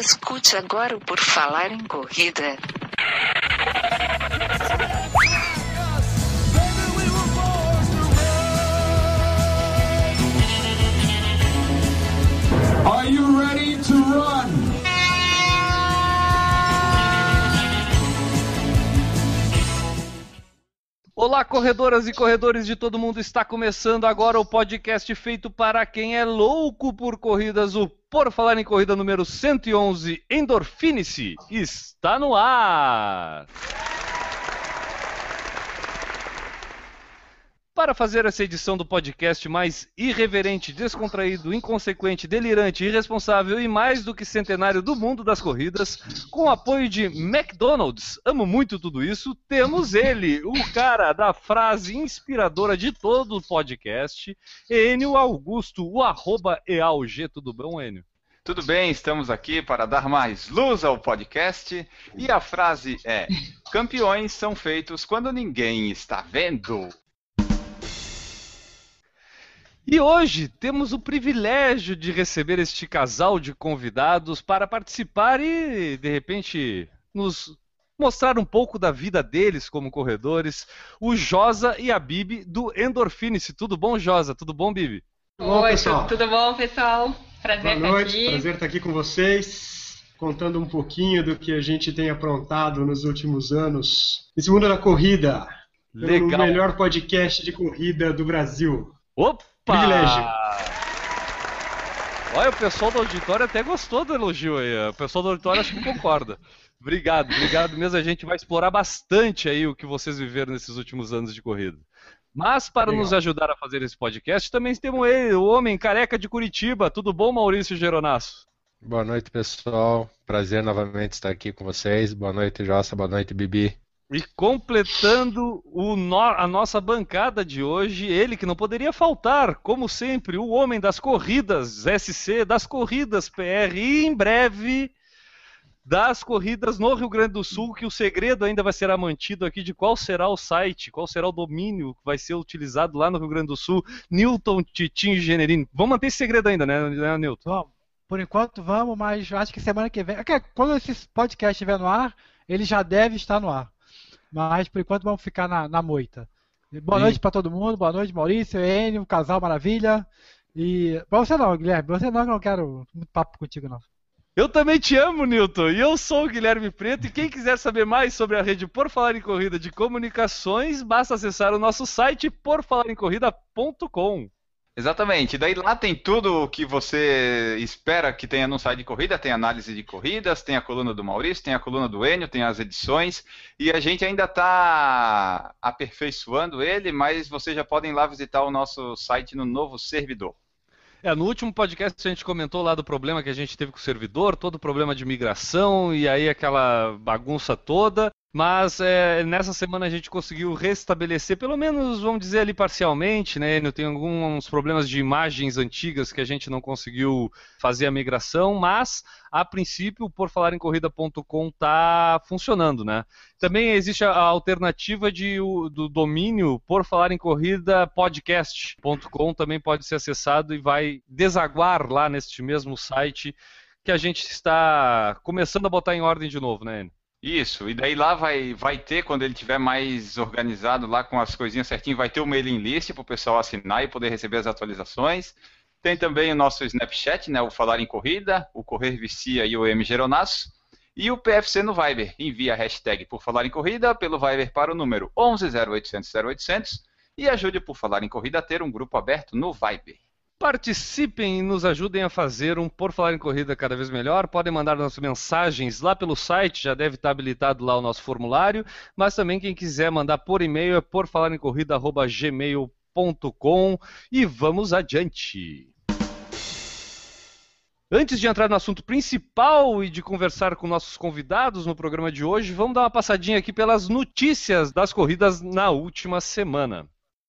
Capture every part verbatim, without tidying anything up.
Escute agora o Por Falar em Corrida. Are you ready to run? Olá, corredoras e corredores de todo mundo, está começando agora o podcast feito para quem é louco por corridas, o Por Falar em Corrida número cento e onze, Endorfine-se, está no ar! Para fazer essa edição do podcast mais irreverente, descontraído, inconsequente, delirante, irresponsável e mais do que centenário do mundo das corridas, com o apoio de McDonald's, amo muito tudo isso, temos ele, o cara da frase inspiradora de todo o podcast, Enio Augusto, o arroba E A U G, tudo bom, Enio? Tudo bem, estamos aqui para dar mais luz ao podcast e a frase é: campeões são feitos quando ninguém está vendo. E hoje temos o privilégio de receber este casal de convidados para participar e, de repente, nos mostrar um pouco da vida deles como corredores, o Josa e a Bibi do Endorfine-se. Tudo bom, Josa? Tudo bom, Bibi? Oi, pessoal. Tudo bom, pessoal? Prazer Boa noite, estar aqui. Prazer estar aqui com vocês, contando um pouquinho do que a gente tem aprontado nos últimos anos nesse mundo da corrida. Legal. O melhor podcast de corrida do Brasil. Opa! Privilégio. Olha, o pessoal do auditório até gostou do elogio aí. O pessoal do auditório acho que concorda. Obrigado, obrigado mesmo. A gente vai explorar bastante aí o que vocês viveram nesses últimos anos de corrida. Mas para Legal. nos ajudar a fazer esse podcast, também temos ele, o homem careca de Curitiba. Tudo bom, Maurício Geronasso? Boa noite, pessoal. Prazer novamente estar aqui com vocês. Boa noite, Jossa. Boa noite, Bibi. E completando o no- a nossa bancada de hoje, ele que não poderia faltar, como sempre, o homem das corridas S C, das corridas P R e em breve das corridas no Rio Grande do Sul, que o segredo ainda vai ser mantido aqui de qual será o site, qual será o domínio que vai ser utilizado lá no Rio Grande do Sul, Newton Titim Generini. Vamos manter esse segredo ainda, né, né Newton? Vamos. Por enquanto vamos, mas acho que semana que vem... é que Quando esse podcast estiver no ar, ele já deve estar no ar. Mas por enquanto vamos ficar na, na moita. Boa Sim. noite para todo mundo, boa noite Maurício, Enio, casal maravilha. E pra você não, Guilherme, pra você não, que eu não quero muito papo contigo não. Eu também te amo, Newton, e eu sou o Guilherme Preto, e quem quiser saber mais sobre a rede Por Falar em Corrida de Comunicações, basta acessar o nosso site por falar em corrida ponto com. Exatamente, daí lá tem tudo o que você espera que tenha no site de corrida, tem análise de corridas, tem a coluna do Maurício, tem a coluna do Enio, tem as edições, e a gente ainda está aperfeiçoando ele, mas vocês já podem ir lá visitar o nosso site no novo servidor. É, no último podcast a gente comentou lá do problema que a gente teve com o servidor, todo o problema de migração, e aí aquela bagunça toda. Mas é, nessa semana a gente conseguiu restabelecer, pelo menos, vamos dizer ali parcialmente, né? Tem alguns problemas de imagens antigas que a gente não conseguiu fazer a migração, mas a princípio o por falar em corrida ponto com está funcionando, né? Também existe a alternativa de, o, do domínio por falar em corrida podcast ponto com, também pode ser acessado e vai desaguar lá neste mesmo site que a gente está começando a botar em ordem de novo, né, Enio? Isso, e daí lá vai, vai ter, quando ele estiver mais organizado lá com as coisinhas certinho, vai ter o mailing list para o pessoal assinar e poder receber as atualizações. Tem também o nosso Snapchat, né, o Falar em Corrida, o Correr Vicia e o M Geronasso. E o P F C no Viber. Envia a hashtag Por Falar em Corrida pelo Viber para o número onze zero oitocentos zero oitocentos e ajude o Por Falar em Corrida a ter um grupo aberto no Viber. Participem e nos ajudem a fazer um Por Falar em Corrida cada vez melhor. Podem mandar nossas mensagens lá pelo site, já deve estar habilitado lá o nosso formulário, mas também quem quiser mandar por e-mail é por falar em corrida arroba gmail ponto com e vamos adiante. Antes de entrar no assunto principal e de conversar com nossos convidados no programa de hoje, vamos dar uma passadinha aqui pelas notícias das corridas na última semana.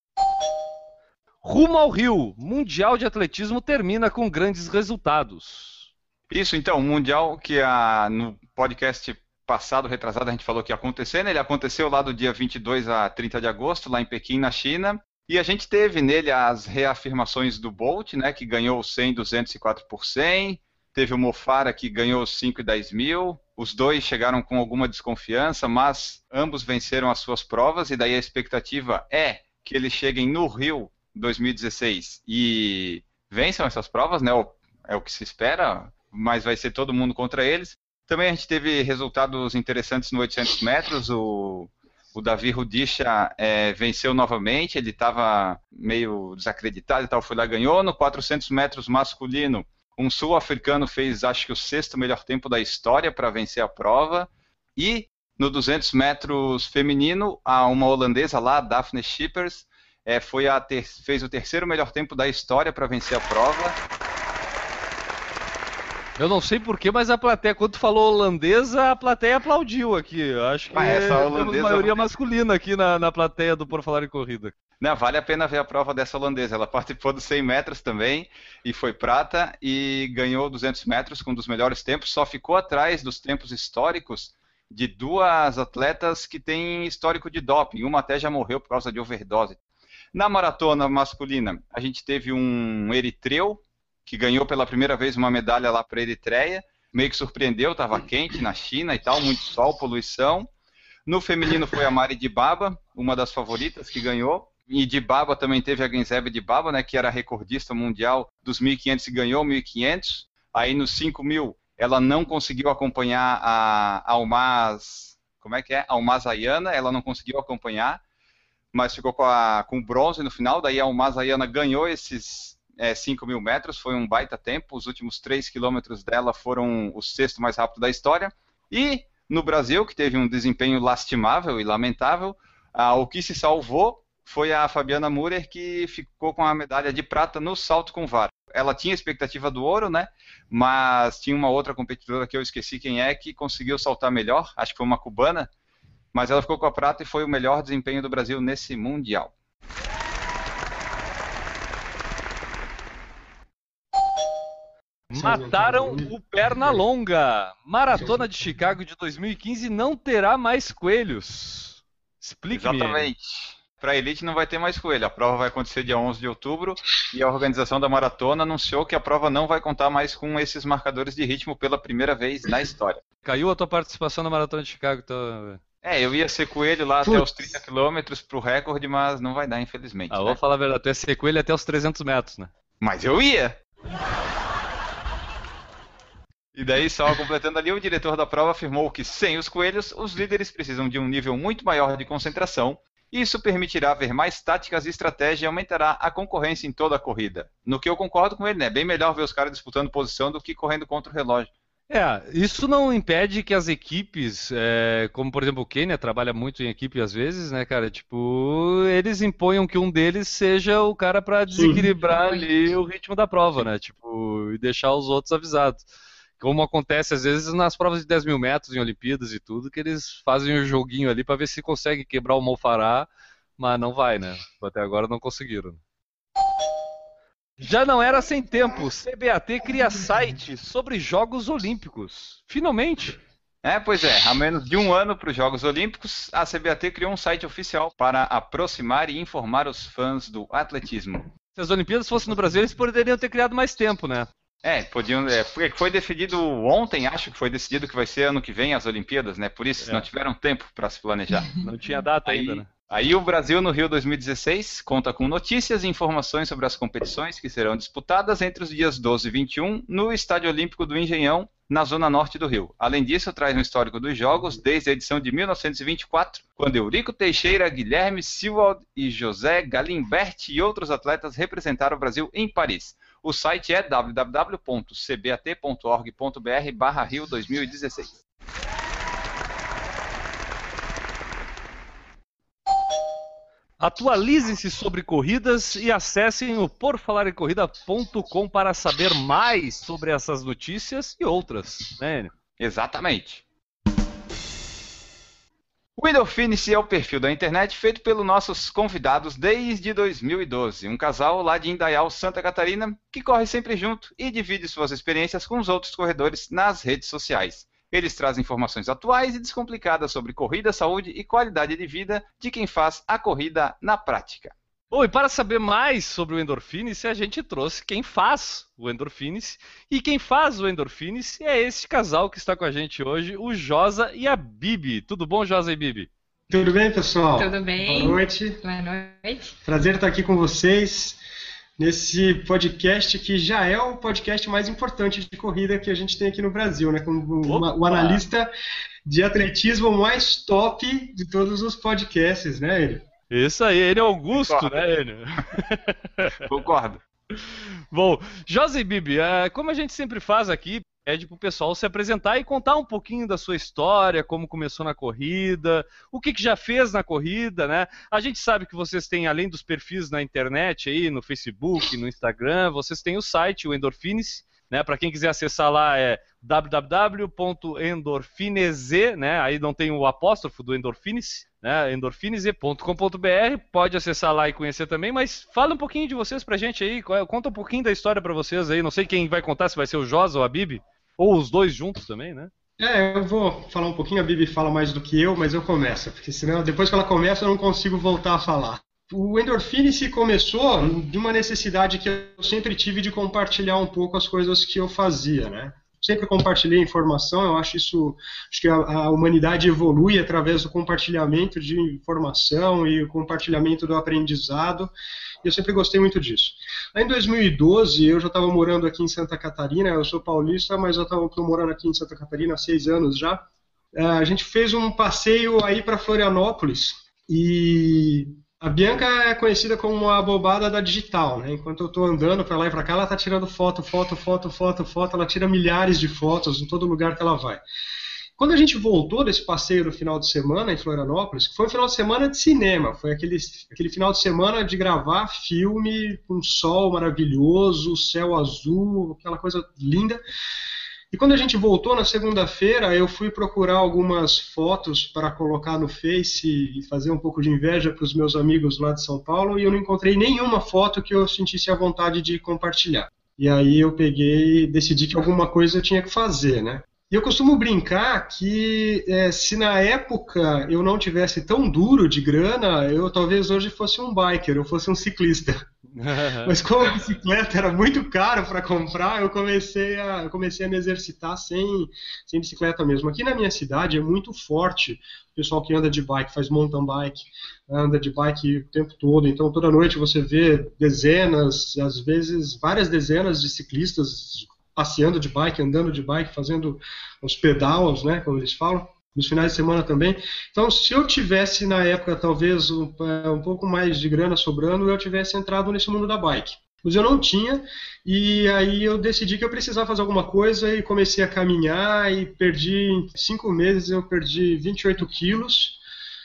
Rumo ao Rio, Mundial de Atletismo termina com grandes resultados. Isso, então, o Mundial que a, no podcast passado, retrasado, a gente falou que ia acontecer, né? Ele aconteceu lá do dia vinte e dois a trinta de agosto, lá em Pequim, na China, e a gente teve nele as reafirmações do Bolt, né, que ganhou o cem, duzentos e quatro por cem, Teve o Mofara que ganhou os cinco e dez mil. Os dois chegaram com alguma desconfiança, mas ambos venceram as suas provas e daí a expectativa é que eles cheguem no Rio dois mil e dezesseis e vençam essas provas, né? É o que se espera, mas vai ser todo mundo contra eles. Também a gente teve resultados interessantes no oitocentos metros. O, o Davi Rudisha é, venceu novamente, ele estava meio desacreditado e tal, foi lá e ganhou. No quatrocentos metros masculino, um sul-africano fez, acho que, o sexto melhor tempo da história para vencer a prova. E no duzentos metros feminino, a uma holandesa lá, Daphne Schippers, é, foi a ter, fez o terceiro melhor tempo da história para vencer a prova. Eu não sei porquê, mas a plateia, quando tu falou holandesa, a plateia aplaudiu aqui. Eu acho que ah, essa é, holandesa... temos maioria masculina aqui na, na plateia do Por Falar em Corrida. Não, vale a pena ver a prova dessa holandesa. Ela participou dos cem metros também e foi prata e ganhou duzentos metros com um dos melhores tempos. Só ficou atrás dos tempos históricos de duas atletas que têm histórico de doping. Uma até já morreu por causa de overdose. Na maratona masculina, a gente teve um eritreu, que ganhou pela primeira vez uma medalha lá para a Eritreia, meio que surpreendeu, estava quente na China e tal, muito sol, poluição. No feminino foi a Mari Dibaba, uma das favoritas que ganhou, e Dibaba também teve a Genzebe Dibaba, né, que era recordista mundial dos mil e quinhentos e ganhou mil e quinhentos. Aí nos cinco mil ela não conseguiu acompanhar a Almaz, como é que é? Almaz Ayana, ela não conseguiu acompanhar, mas ficou com, a, com o bronze no final, daí a Almaz Ayana ganhou esses É, cinco mil metros, foi um baita tempo. Os últimos três quilômetros dela foram o sexto mais rápido da história. E no Brasil, que teve um desempenho lastimável e lamentável, ah, o que se salvou foi a Fabiana Murer, que ficou com a medalha de prata no salto com vara. Ela tinha expectativa do ouro, né? Mas tinha uma outra competidora que eu esqueci quem é, que conseguiu saltar melhor, acho que foi uma cubana, mas ela ficou com a prata e foi o melhor desempenho do Brasil nesse Mundial. Mataram o Pernalonga. Maratona de Chicago de dois mil e quinze não terá mais coelhos. Explique-me. Exatamente. Para a elite não vai ter mais coelho. A prova vai acontecer dia onze de outubro e a organização da maratona anunciou que a prova não vai contar mais com esses marcadores de ritmo pela primeira vez na história. Caiu a tua participação na Maratona de Chicago, então... É, eu ia ser coelho lá Putz. até os trinta quilômetros pro recorde, mas não vai dar, infelizmente. Ah, né? Vou falar a verdade, tu ia ser coelho até os trezentos metros, né? Mas eu ia! E daí, só completando ali, o diretor da prova afirmou que, sem os coelhos, os líderes precisam de um nível muito maior de concentração, e isso permitirá ver mais táticas e estratégia e aumentará a concorrência em toda a corrida. No que eu concordo com ele, né? É bem melhor ver os caras disputando posição do que correndo contra o relógio. É, isso não impede que as equipes, é, como por exemplo o Quênia, trabalha muito em equipe às vezes, né, cara, tipo, eles imponham que um deles seja o cara para desequilibrar Sim. ali o ritmo da prova, né, tipo, e deixar os outros avisados. Como acontece às vezes nas provas de dez mil metros em Olimpíadas e tudo, que eles fazem um joguinho ali para ver se consegue quebrar o Mofará, mas não vai, né, até agora não conseguiram. Já não era sem tempo, C B A T cria site sobre Jogos Olímpicos. Finalmente! É, pois é, há menos de um ano para os Jogos Olímpicos, a C B A T criou um site oficial para aproximar e informar os fãs do atletismo. Se as Olimpíadas fossem no Brasil, eles poderiam ter criado mais tempo, né? É, podiam. É, foi decidido ontem, acho que foi decidido que vai ser ano que vem as Olimpíadas, né? Por isso, é. não tiveram tempo para se planejar. Não tinha data aí, ainda, né? Aí o Brasil no Rio dois mil e dezesseis conta com notícias e informações sobre as competições que serão disputadas entre os dias doze e vinte e um no Estádio Olímpico do Engenhão, na zona norte do Rio. Além disso, traz um histórico dos Jogos desde a edição de mil novecentos e vinte e quatro, quando Eurico Teixeira, Guilherme Sewald e José Galimberti e outros atletas representaram o Brasil em Paris. O site é w w w ponto c b a t ponto org ponto b r barra Rio dois mil e dezesseis. Atualizem-se sobre corridas e acessem o por falar em corrida ponto com para saber mais sobre essas notícias e outras, né, Enio? Exatamente. O Window Finish é o perfil da internet feito pelos nossos convidados desde dois mil e doze. Um casal lá de Indaial, Santa Catarina, que corre sempre junto e divide suas experiências com os outros corredores nas redes sociais. Eles trazem informações atuais e descomplicadas sobre corrida, saúde e qualidade de vida de quem faz a corrida na prática. Bom, e para saber mais sobre o Endorfinice, a gente trouxe quem faz o Endorfinice. E quem faz o Endorfinice é esse casal que está com a gente hoje, o Josa e a Bibi. Tudo bom, Josa e Bibi? Tudo bem, pessoal? Tudo bem. Boa noite. Boa noite. Prazer estar aqui com vocês nesse podcast que já é o podcast mais importante de corrida que a gente tem aqui no Brasil, né? Como o, o analista de atletismo mais top de todos os podcasts, né, Enio? Isso aí, ele é Augusto, Concordo. né, Enio? Concordo. Bom, Josa e Bibi, como a gente sempre faz aqui, pede pro pessoal se apresentar e contar um pouquinho da sua história, como começou na corrida, o que, que já fez na corrida, né? A gente sabe que vocês têm, além dos perfis na internet aí, no Facebook, no Instagram, vocês têm o site, o Endorfinice, né? Para quem quiser acessar lá é w w w ponto endorfineze, né? Aí não tem o apóstrofo do Endorfinice, né? endorfineze ponto com ponto b r, pode acessar lá e conhecer também, mas fala um pouquinho de vocês pra gente aí, conta um pouquinho da história pra vocês aí, não sei quem vai contar, se vai ser o Josa ou a Bibi, ou os dois juntos também, né? É, eu vou falar um pouquinho, a Bibi fala mais do que eu, mas eu começo, porque senão depois que ela começa eu não consigo voltar a falar. O Endorfinice começou de uma necessidade que eu sempre tive de compartilhar um pouco as coisas que eu fazia, né? Sempre compartilhei informação, eu acho isso, acho que a, a humanidade evolui através do compartilhamento de informação e o compartilhamento do aprendizado, e eu sempre gostei muito disso. Lá em dois mil e doze, eu já estava morando aqui em Santa Catarina, eu sou paulista, mas eu estou morando aqui em Santa Catarina há seis anos já. A gente fez um passeio aí para Florianópolis, e a Bianca é conhecida como a bobada da digital, né? Enquanto eu estou andando para lá e para cá, ela está tirando foto, foto, foto, foto, foto, ela tira milhares de fotos em todo lugar que ela vai. Quando a gente voltou desse passeio no final de semana em Florianópolis, que foi um final de semana de cinema, foi aquele, aquele final de semana de gravar filme com sol maravilhoso, céu azul, aquela coisa linda. E quando a gente voltou na segunda-feira, eu fui procurar algumas fotos para colocar no Face e fazer um pouco de inveja para os meus amigos lá de São Paulo, e eu não encontrei nenhuma foto que eu sentisse a vontade de compartilhar. E aí eu peguei e decidi que alguma coisa eu tinha que fazer, né? E eu costumo brincar que é, se na época eu não tivesse tão duro de grana, eu talvez hoje fosse um biker, eu fosse um ciclista. Mas como a bicicleta era muito caro para comprar, eu comecei, a, eu comecei a me exercitar sem, sem bicicleta mesmo. Aqui na minha cidade é muito forte o pessoal que anda de bike, faz mountain bike, anda de bike o tempo todo. Então toda noite você vê dezenas, às vezes várias dezenas de ciclistas passeando de bike, andando de bike, fazendo os pedals, né, como eles falam, nos finais de semana também. Então, se eu tivesse, na época, talvez um, um pouco mais de grana sobrando, eu tivesse entrado nesse mundo da bike. Mas eu não tinha, e aí eu decidi que eu precisava fazer alguma coisa e comecei a caminhar e perdi, em cinco meses eu perdi vinte e oito quilos,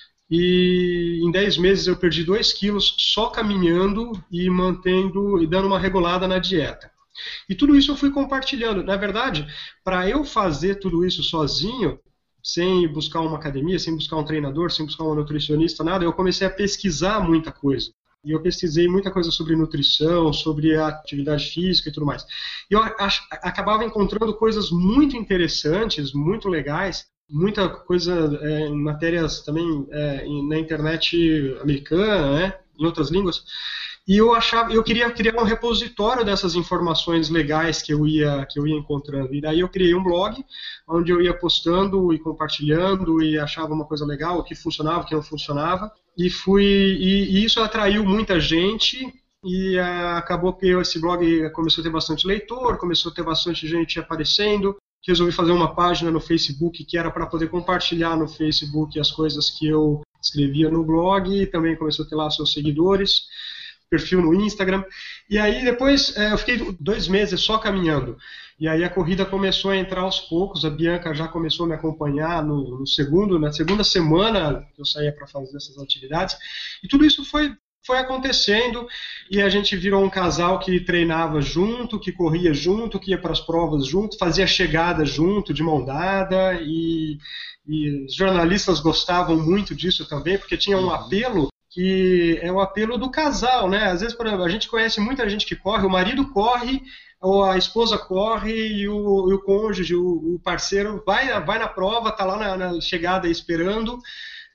e em dez meses eu perdi dois quilos só caminhando e mantendo e dando uma regulada na dieta. E tudo isso eu fui compartilhando. Na verdade, para eu fazer tudo isso sozinho, sem buscar uma academia, sem buscar um treinador, sem buscar um nutricionista, nada, eu comecei a pesquisar muita coisa. E eu pesquisei muita coisa sobre nutrição, sobre a atividade física e tudo mais. E eu ach, acabava encontrando coisas muito interessantes, muito legais, muita coisa é, em matérias também é, na internet americana, né, em outras línguas. E eu achava, eu queria criar um repositório dessas informações legais que eu ia, que eu ia encontrando. E daí eu criei um blog, onde eu ia postando e compartilhando e achava uma coisa legal, o que funcionava, o que não funcionava. E, fui, e, e isso atraiu muita gente, e a, acabou que esse blog começou a ter bastante leitor, começou a ter bastante gente aparecendo. Resolvi fazer uma página no Facebook que era para poder compartilhar no Facebook as coisas que eu escrevia no blog, e também começou a ter lá seus seguidores. Perfil no Instagram, e aí depois é, eu fiquei dois meses só caminhando, e aí a corrida começou a entrar aos poucos, a Bianca já começou a me acompanhar no, no segundo, na segunda semana que eu saía para fazer essas atividades, e tudo isso foi, foi acontecendo, e a gente virou um casal que treinava junto, que corria junto, que ia para as provas junto, fazia chegada junto, de mão dada, e, e os jornalistas gostavam muito disso também, porque tinha um apelo, que é o apelo do casal, né? Às vezes, por exemplo, a gente conhece muita gente que corre, o marido corre, ou a esposa corre, e o, e o cônjuge, o, o parceiro, vai, vai na prova, tá lá na, na chegada esperando,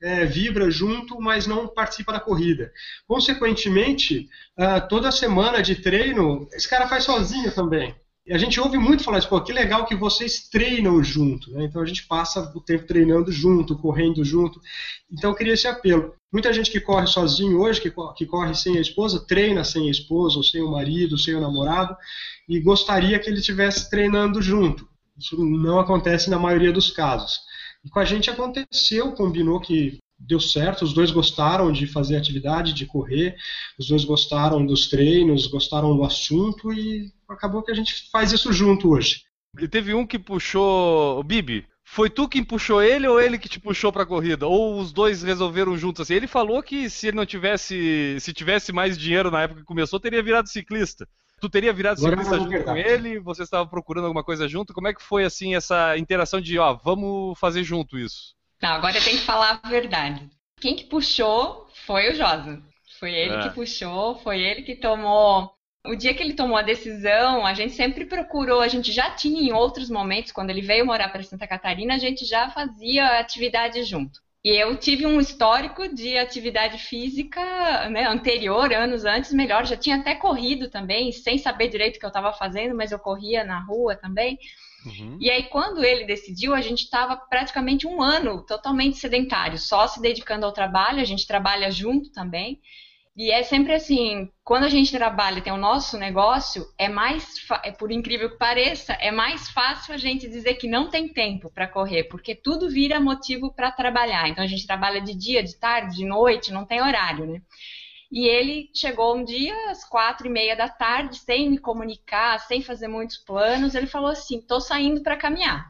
é, vibra junto, mas não participa da corrida. Consequentemente, uh, toda semana de treino, esse cara faz sozinho também. E a gente ouve muito falar isso, pô, que legal que vocês treinam junto, né? Então a gente passa o tempo treinando junto, correndo junto. Então eu queria esse apelo. Muita gente que corre sozinho hoje, que, que corre sem a esposa, treina sem a esposa, ou sem o marido, sem o namorado, e gostaria que ele estivesse treinando junto. Isso não acontece na maioria dos casos. E com a gente aconteceu, combinou que deu certo, os dois gostaram de fazer atividade, de correr, os dois gostaram dos treinos, gostaram do assunto e acabou que a gente faz isso junto hoje. E teve um que puxou... O Bibi, foi tu quem puxou ele ou ele que te puxou pra corrida? Ou os dois resolveram juntos assim? Ele falou que se ele não tivesse... Se tivesse mais dinheiro na época que começou, teria virado ciclista. Tu teria virado Agora ciclista junto com ele? Você estava procurando alguma coisa junto? Como é que foi assim essa interação de, ó, vamos fazer junto isso? Não, agora tem que falar a verdade. Quem que puxou foi o Josa. Foi ele É. que puxou, foi ele que tomou... O dia que ele tomou a decisão, a gente sempre procurou, a gente já tinha em outros momentos, quando ele veio morar para Santa Catarina, a gente já fazia atividade junto. E eu tive um histórico de atividade física, né, anterior, anos antes, melhor, já tinha até corrido também, sem saber direito o que eu estava fazendo, mas eu corria na rua também. Uhum. E aí, quando ele decidiu, a gente estava praticamente um ano totalmente sedentário, só se dedicando ao trabalho, a gente trabalha junto também. E é sempre assim, quando a gente trabalha, tem o nosso negócio, é mais, é, por incrível que pareça, é mais fácil a gente dizer que não tem tempo para correr, porque tudo vira motivo para trabalhar. Então a gente trabalha de dia, de tarde, de noite, não tem horário, né? E ele chegou um dia às quatro e meia da tarde, sem me comunicar, sem fazer muitos planos, ele falou assim, tô saindo para caminhar.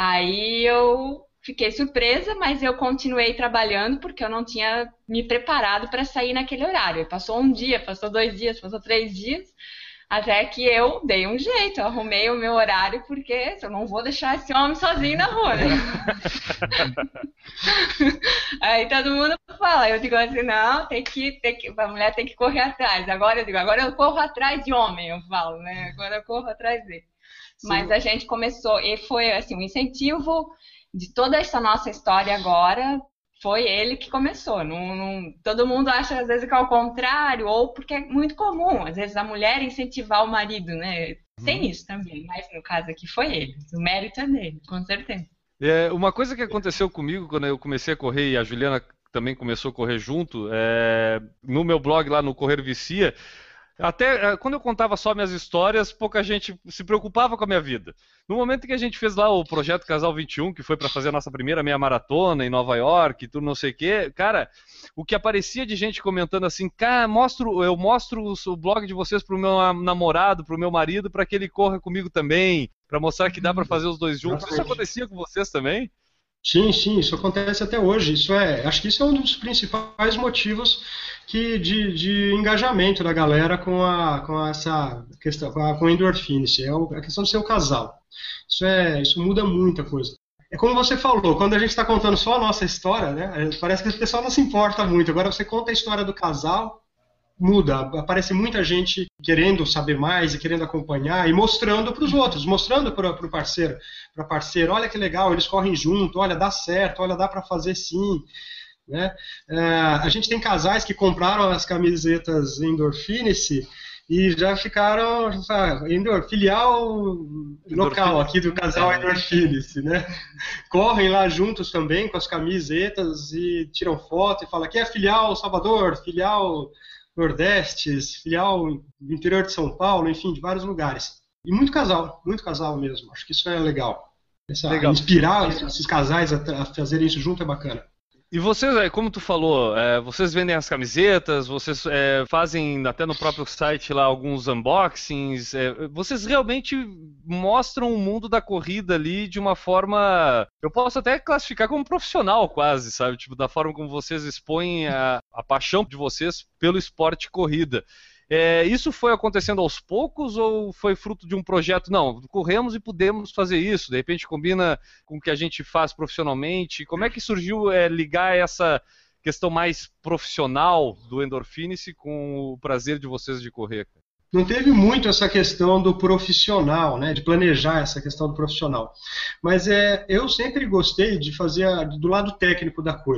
Aí eu fiquei surpresa, mas eu continuei trabalhando porque eu não tinha me preparado para sair naquele horário. Passou um dia, passou dois dias, passou três dias, até que eu dei um jeito, eu arrumei o meu horário, porque eu não vou deixar esse homem sozinho na rua, né? Aí todo mundo fala, eu digo assim, não, tem que, tem que, a mulher tem que correr atrás. Agora eu digo, agora eu corro atrás de homem, eu falo, né? Agora eu corro atrás dele. Sim. Mas a gente começou, e foi assim, um incentivo de toda essa nossa história agora, foi ele que começou. Não, não, todo mundo acha às vezes que é o contrário, ou porque é muito comum, às vezes a mulher incentivar o marido, né? Tem isso também, mas no caso aqui foi ele. O mérito é dele, com certeza. É, uma coisa que aconteceu comigo quando eu comecei a correr, e a Juliana também começou a correr junto, é, no meu blog lá no Correr Vicia, até quando eu contava só minhas histórias, pouca gente se preocupava com a minha vida. No momento que a gente fez lá o projeto Casal vinte e um, que foi para fazer a nossa primeira meia maratona em Nova York, tudo não sei o quê, cara, o que aparecia de gente comentando assim, cara, mostro, eu mostro o blog de vocês pro meu namorado, pro meu marido, para que ele corra comigo também, para mostrar que dá para fazer os dois juntos. Isso acontecia com vocês também? Sim, sim, isso acontece até hoje. Isso é, acho que isso é um dos principais motivos que, de, de engajamento da galera com, a, com essa questão, com a, com a endorfina, é a questão de ser o casal. Isso, é, isso muda muita coisa. É como você falou, quando a gente está contando só a nossa história, né, parece que o pessoal não se importa muito. Agora você conta a história do casal, muda, aparece muita gente querendo saber mais e querendo acompanhar e mostrando para os outros, mostrando para o parceiro, para parceiro, olha que legal, eles correm junto, olha, dá certo, olha, dá para fazer sim. Né? É, a gente tem casais que compraram as camisetas Endorfine-se e já ficaram endor, filial local aqui do casal Endorfine-se, né? Correm lá juntos também com as camisetas e tiram foto e falam aqui é filial Salvador, filial Nordestes, filial do interior de São Paulo, enfim, de vários lugares. E muito casal, muito casal mesmo. Acho que isso é legal. Essa, legal. Inspirar esses casais a, a fazerem isso junto é bacana. E vocês, como tu falou, é, vocês vendem as camisetas, vocês é, fazem até no próprio site lá alguns unboxings, é, vocês realmente mostram o mundo da corrida ali de uma forma, eu posso até classificar como profissional quase, sabe? Tipo, da forma como vocês expõem a, a paixão de vocês pelo esporte corrida. É, isso foi acontecendo aos poucos ou foi fruto de um projeto? Não, corremos e pudemos fazer isso, de repente combina com o que a gente faz profissionalmente. Como é que surgiu é, ligar essa questão mais profissional do Endorfine-se com o prazer de vocês de correr? Não teve muito essa questão do profissional, né, de planejar essa questão do profissional. Mas é, eu sempre gostei de fazer a, do lado técnico da coisa.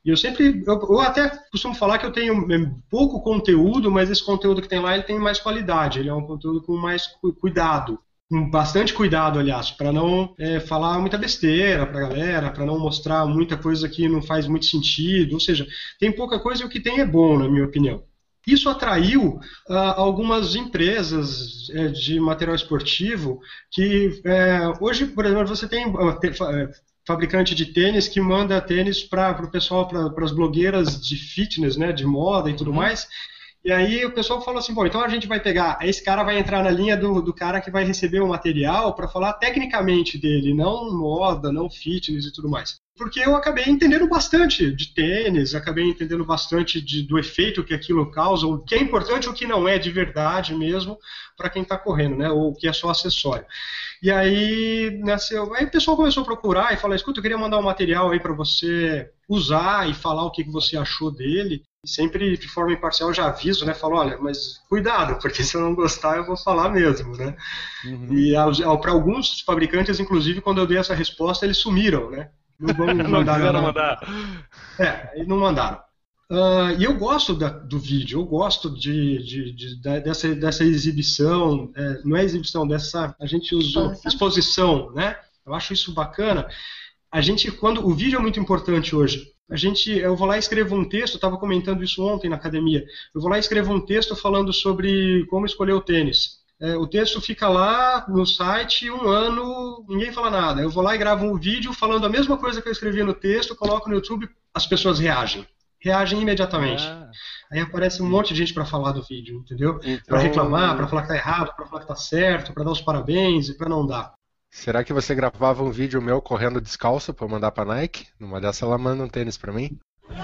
E eu sempre, eu, eu até costumo falar que eu tenho pouco conteúdo, mas esse conteúdo que tem lá, ele tem mais qualidade, ele é um conteúdo com mais cuidado, com bastante cuidado, aliás, para não é, falar muita besteira para a galera, para não mostrar muita coisa que não faz muito sentido, ou seja, tem pouca coisa e o que tem é bom, na minha opinião. Isso atraiu uh, algumas empresas é, de material esportivo que é, hoje, por exemplo, você tem uh, te, uh, fabricante de tênis que manda tênis para o pessoal, para as blogueiras de fitness, né, de moda e tudo uhum. mais. E aí o pessoal fala assim, bom, então a gente vai pegar, esse cara vai entrar na linha do, do cara que vai receber o material para falar tecnicamente dele, não moda, não fitness e tudo mais. Porque eu acabei entendendo bastante de tênis, acabei entendendo bastante de, do efeito que aquilo causa, o que é importante e o que não é de verdade mesmo para quem está correndo, né? Ou o que é só acessório. E aí, nasceu, aí o pessoal começou a procurar e falar, escuta, eu queria mandar um material aí para você usar e falar o que, que você achou dele. E sempre de forma imparcial já aviso, né? Falo, olha, mas cuidado, porque se eu não gostar eu vou falar mesmo, né? Uhum. E para alguns fabricantes, inclusive, quando eu dei essa resposta, eles sumiram, né? Não vão mandar. Não mandar. É, eles não mandaram. Uh, e eu gosto da, do vídeo, eu gosto de, de, de, de, dessa, dessa exibição, é, não é exibição, dessa, a gente usou exposição. exposição, né? Eu acho isso bacana. A gente, quando o vídeo é muito importante hoje. A gente, eu vou lá e escrevo um texto, eu estava comentando isso ontem na academia. Eu vou lá e escrevo um texto falando sobre como escolher o tênis. É, o texto fica lá no site um ano, ninguém fala nada. Eu vou lá e gravo um vídeo falando a mesma coisa que eu escrevi no texto, coloco no YouTube, as pessoas reagem. Reagem imediatamente. Ah. Aí aparece um monte de gente para falar do vídeo, entendeu? Então... Para reclamar, para falar que tá errado, para falar que tá certo, para dar os parabéns e para não dar. Será que você gravava um vídeo meu correndo descalço para mandar para Nike? Numa dessa ela manda um tênis para mim?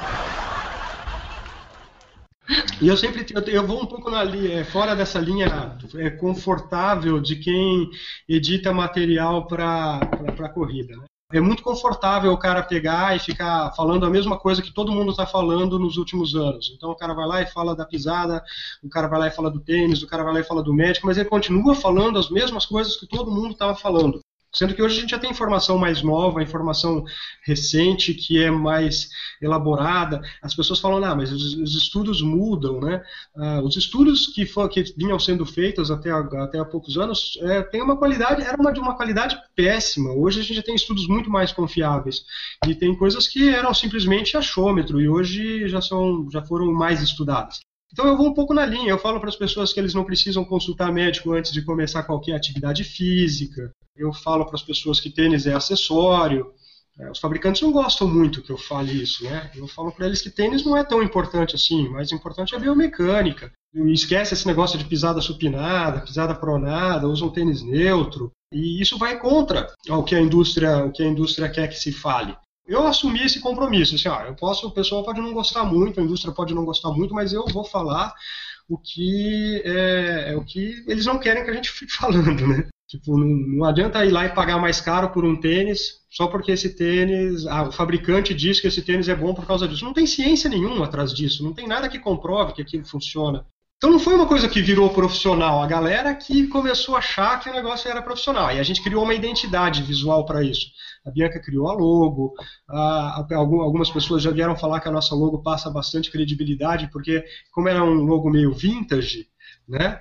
E eu sempre eu, eu vou um pouco na linha, fora dessa linha é, confortável de quem edita material para para corrida, né? É muito confortável o cara pegar e ficar falando a mesma coisa que todo mundo está falando nos últimos anos. Então o cara vai lá e fala da pisada, o cara vai lá e fala do tênis, o cara vai lá e fala do médico, mas ele continua falando as mesmas coisas que todo mundo estava falando. Sendo que hoje a gente já tem informação mais nova, informação recente, que é mais elaborada. As pessoas falam, ah, mas os, os estudos mudam, né? Ah, os estudos que, for, que vinham sendo feitos até, até há poucos anos é, tem uma qualidade, era uma, de uma qualidade péssima. Hoje a gente já tem estudos muito mais confiáveis. E tem coisas que eram simplesmente achômetro e hoje já, são, já foram mais estudadas. Então eu vou um pouco na linha, eu falo para as pessoas que eles não precisam consultar médico antes de começar qualquer atividade física. Eu falo para as pessoas que tênis é acessório. Os fabricantes não gostam muito que eu fale isso, né? Eu falo para eles que tênis não é tão importante assim, o mais importante é a biomecânica. E esquece esse negócio de pisada supinada, pisada pronada, usa um tênis neutro. E isso vai contra o que a indústria, o que a indústria quer que se fale. Eu assumi esse compromisso, assim, ó, eu posso, o pessoal pode não gostar muito, a indústria pode não gostar muito, mas eu vou falar o que, é, é o que eles não querem que a gente fique falando, né? Tipo, não, não adianta ir lá e pagar mais caro por um tênis só porque esse tênis, ah, o fabricante diz que esse tênis é bom por causa disso. Não tem ciência nenhuma atrás disso, não tem nada que comprove que aquilo funciona. Então não foi uma coisa que virou profissional, a galera que começou a achar que o negócio era profissional. E a gente criou uma identidade visual para isso. A Bianca criou a logo, a, a, algumas pessoas já vieram falar que a nossa logo passa bastante credibilidade, porque como era um logo meio vintage, né,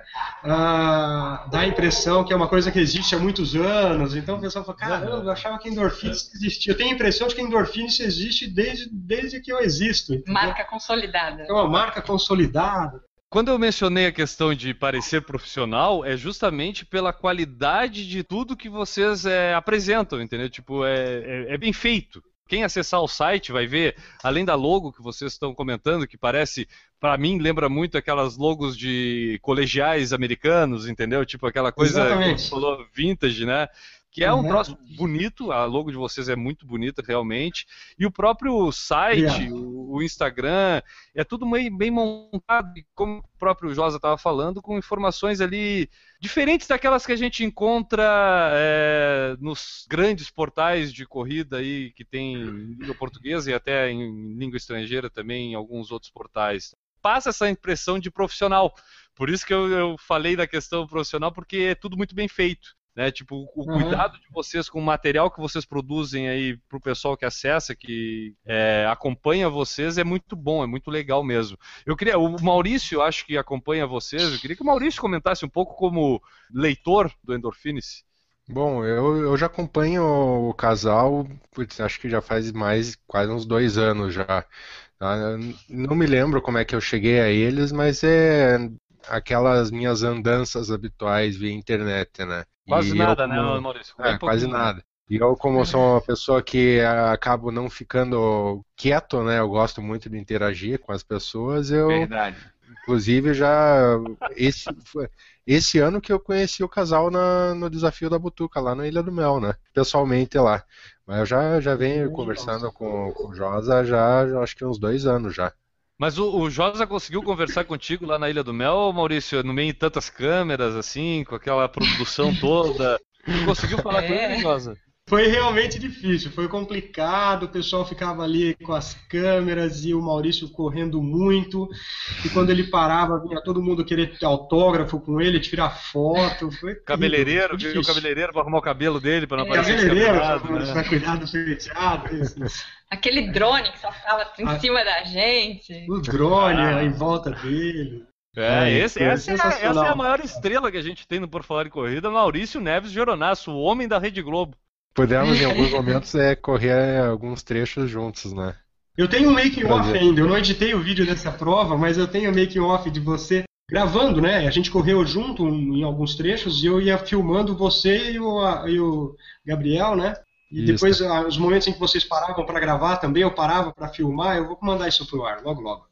ah, dá a impressão que é uma coisa que existe há muitos anos. Então o pessoal fala, caramba, eu achava que endorfinas existia. Eu tenho a impressão de que endorfinas existe desde, desde que eu existo. Entendeu? Marca consolidada. É uma marca consolidada. Quando eu mencionei a questão de parecer profissional, é justamente pela qualidade de tudo que vocês é, apresentam, entendeu? Tipo, é, é, é bem feito. Quem acessar o site vai ver, além da logo que vocês estão comentando, que parece, para mim, lembra muito aquelas logos de colegiais americanos, entendeu? Tipo aquela coisa que você falou, vintage, né? Que é um uhum. troço bonito, a logo de vocês é muito bonita realmente, e o próprio site, yeah. o, o Instagram, é tudo bem, bem montado, como o próprio Josa estava falando, com informações ali diferentes daquelas que a gente encontra é, nos grandes portais de corrida aí, que tem em língua portuguesa e até em língua estrangeira também, em alguns outros portais. Passa essa impressão de profissional, por isso que eu, eu falei da questão profissional, porque é tudo muito bem feito. né? Tipo, o Uhum. cuidado de vocês com o material que vocês produzem aí pro pessoal que acessa, que é, acompanha vocês, é muito bom, é muito legal mesmo. Eu queria, o Maurício, acho que acompanha vocês, eu queria que o Maurício comentasse um pouco como leitor do Endorphinice. Bom, eu, eu já acompanho o casal, putz, acho que já faz mais, quase uns dois anos já. Tá? Eu não me lembro como é que eu cheguei a eles, mas é aquelas minhas andanças habituais via internet, né? Quase E nada, eu, né, como... Maurício? É, quase nada. E eu, como sou uma pessoa que acabo não ficando quieto, né? Eu gosto muito de interagir com as pessoas, eu... Verdade. Inclusive, já esse, esse ano que eu conheci o casal na, no Desafio da Butuca, lá na Ilha do Mel, né? Pessoalmente lá. Mas eu já, já venho conversando com, com o Josa já, já acho que uns dois anos já. Mas o, o Josa conseguiu conversar contigo lá na Ilha do Mel, Maurício, no meio de tantas câmeras, assim, com aquela produção toda. Tu conseguiu falar É. com ele, Josa? Foi realmente difícil, foi complicado, o pessoal ficava ali com as câmeras e o Maurício correndo muito, e quando ele parava, vinha todo mundo querer ter autógrafo com ele, tirar foto, foi Cabeleireiro, foi viu o difícil. cabeleireiro pra arrumar o cabelo dele, pra não É. aparecer Cabeleireiro, descabelado, né? pra cuidar do penteado, isso, isso. Aquele drone que só ficava em Ah. cima da gente. O drone Ah. em volta dele. É, É, esse, foi essa, é a, sensacional. essa é a maior estrela que a gente tem no Por Falar em Corrida, Maurício Neves Geronasso, o homem da Rede Globo. Pudemos em alguns momentos é, correr alguns trechos juntos, né? Eu tenho um making off Prazer. ainda, eu não editei o vídeo dessa prova, mas eu tenho um making off de você gravando, né? A gente correu junto em alguns trechos e eu ia filmando você e o, a- e o Gabriel, né? E Isso. depois, ah, os momentos em que vocês paravam para gravar também, eu parava para filmar, eu vou mandar isso pro ar, logo logo.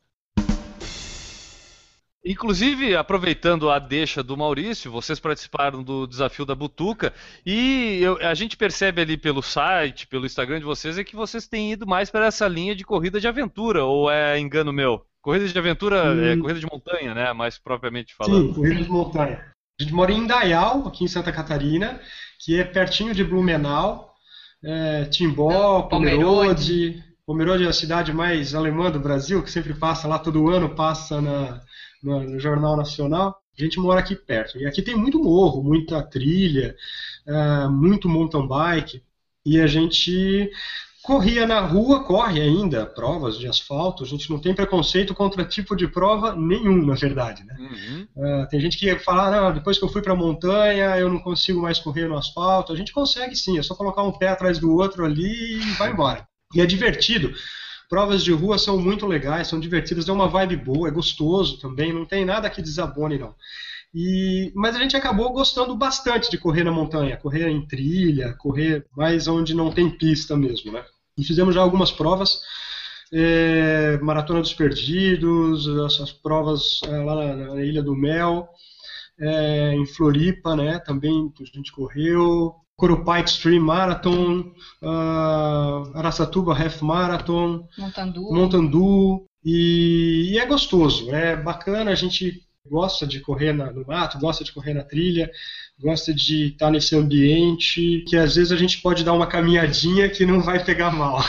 Inclusive, aproveitando a deixa do Maurício, vocês participaram do Desafio da Butuca e eu- a gente percebe ali pelo site, pelo Instagram de vocês, é que vocês têm ido mais para essa linha de corrida de aventura, ou é engano meu? Corrida de aventura Hum. é corrida de montanha, né? Mais propriamente falando. Sim, corrida de montanha. A gente mora em Indaial, aqui em Santa Catarina, que é pertinho de Blumenau, é, Timbó, Pomerode. Pomerode é a cidade mais alemã do Brasil, que sempre passa lá, todo ano passa na, no, no Jornal Nacional. A gente mora aqui perto. E aqui tem muito morro, muita trilha, é, muito mountain bike. E a gente corria na rua, corre ainda, provas de asfalto. A gente não tem preconceito contra tipo de prova nenhum, na verdade, né? Uhum. Uh, tem gente que fala, não, depois que eu fui para a montanha, eu não consigo mais correr no asfalto. A gente consegue sim, é só colocar um pé atrás do outro ali e vai embora. E é divertido. Provas de rua são muito legais, são divertidas, é uma vibe boa, é gostoso também, não tem nada que desabone, não. E, mas a gente acabou gostando bastante de correr na montanha, correr em trilha, correr mais onde não tem pista mesmo, né? E fizemos já algumas provas, é, Maratona dos Perdidos, essas provas é, lá na, na Ilha do Mel, é, em Floripa, né? Também a gente correu, Corupa Extreme Marathon, uh, Araçatuba Half Marathon, Montandu. Montandu, e, e é gostoso, é bacana, a gente gosta de correr na, no mato, gosta de correr na trilha, gosta de estar nesse ambiente, que às vezes a gente pode dar uma caminhadinha que não vai pegar mal.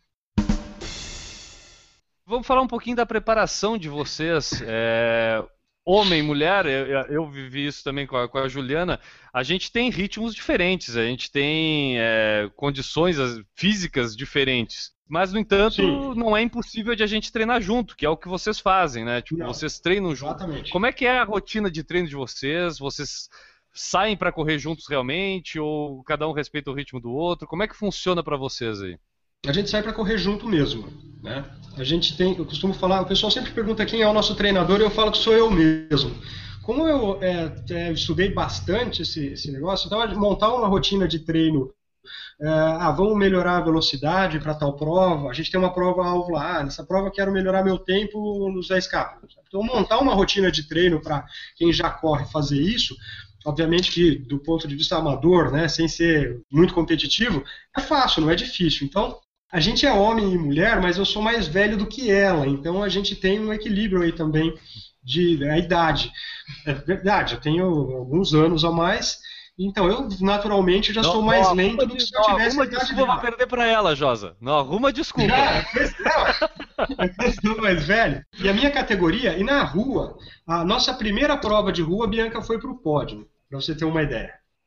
Vamos falar um pouquinho da preparação de vocês. É, homem, mulher, eu, eu vivi isso também com a, com a Juliana. A gente tem ritmos diferentes, a gente tem é, condições físicas diferentes. Mas, no entanto, Sim. não é impossível de a gente treinar junto, que é o que vocês fazem, né? Tipo, Não. vocês treinam junto. Exatamente. Como é que é a rotina de treino de vocês? Vocês saem para correr juntos realmente? Ou cada um respeita o ritmo do outro? Como é que funciona para vocês aí? A gente sai para correr junto mesmo, né? A gente tem, eu costumo falar, o pessoal sempre pergunta quem é o nosso treinador e eu falo que sou eu mesmo. Como eu é, é, estudei bastante esse, esse negócio, então montar uma rotina de treino, é, ah, vamos melhorar a velocidade para tal prova, a gente tem uma prova alvo lá, ah, nessa prova eu quero melhorar meu tempo nos dez K. Então montar uma rotina de treino para quem já corre fazer isso, obviamente que do ponto de vista amador, né, sem ser muito competitivo, é fácil, não é difícil. Então, a gente é homem e mulher, mas eu sou mais velho do que ela, então a gente tem um equilíbrio aí também de a idade. É verdade, eu tenho alguns anos a mais, então eu naturalmente já Não, sou mais não lento arruma do que de- se eu não tivesse a arruma idade desculpa dela. pra perder pra ela, Josa. Não arruma desculpa. Já, pois não. Eu sou mais velho. E a minha categoria, e na rua, a nossa primeira prova de rua, a Bianca foi pro pódio, para você ter uma ideia.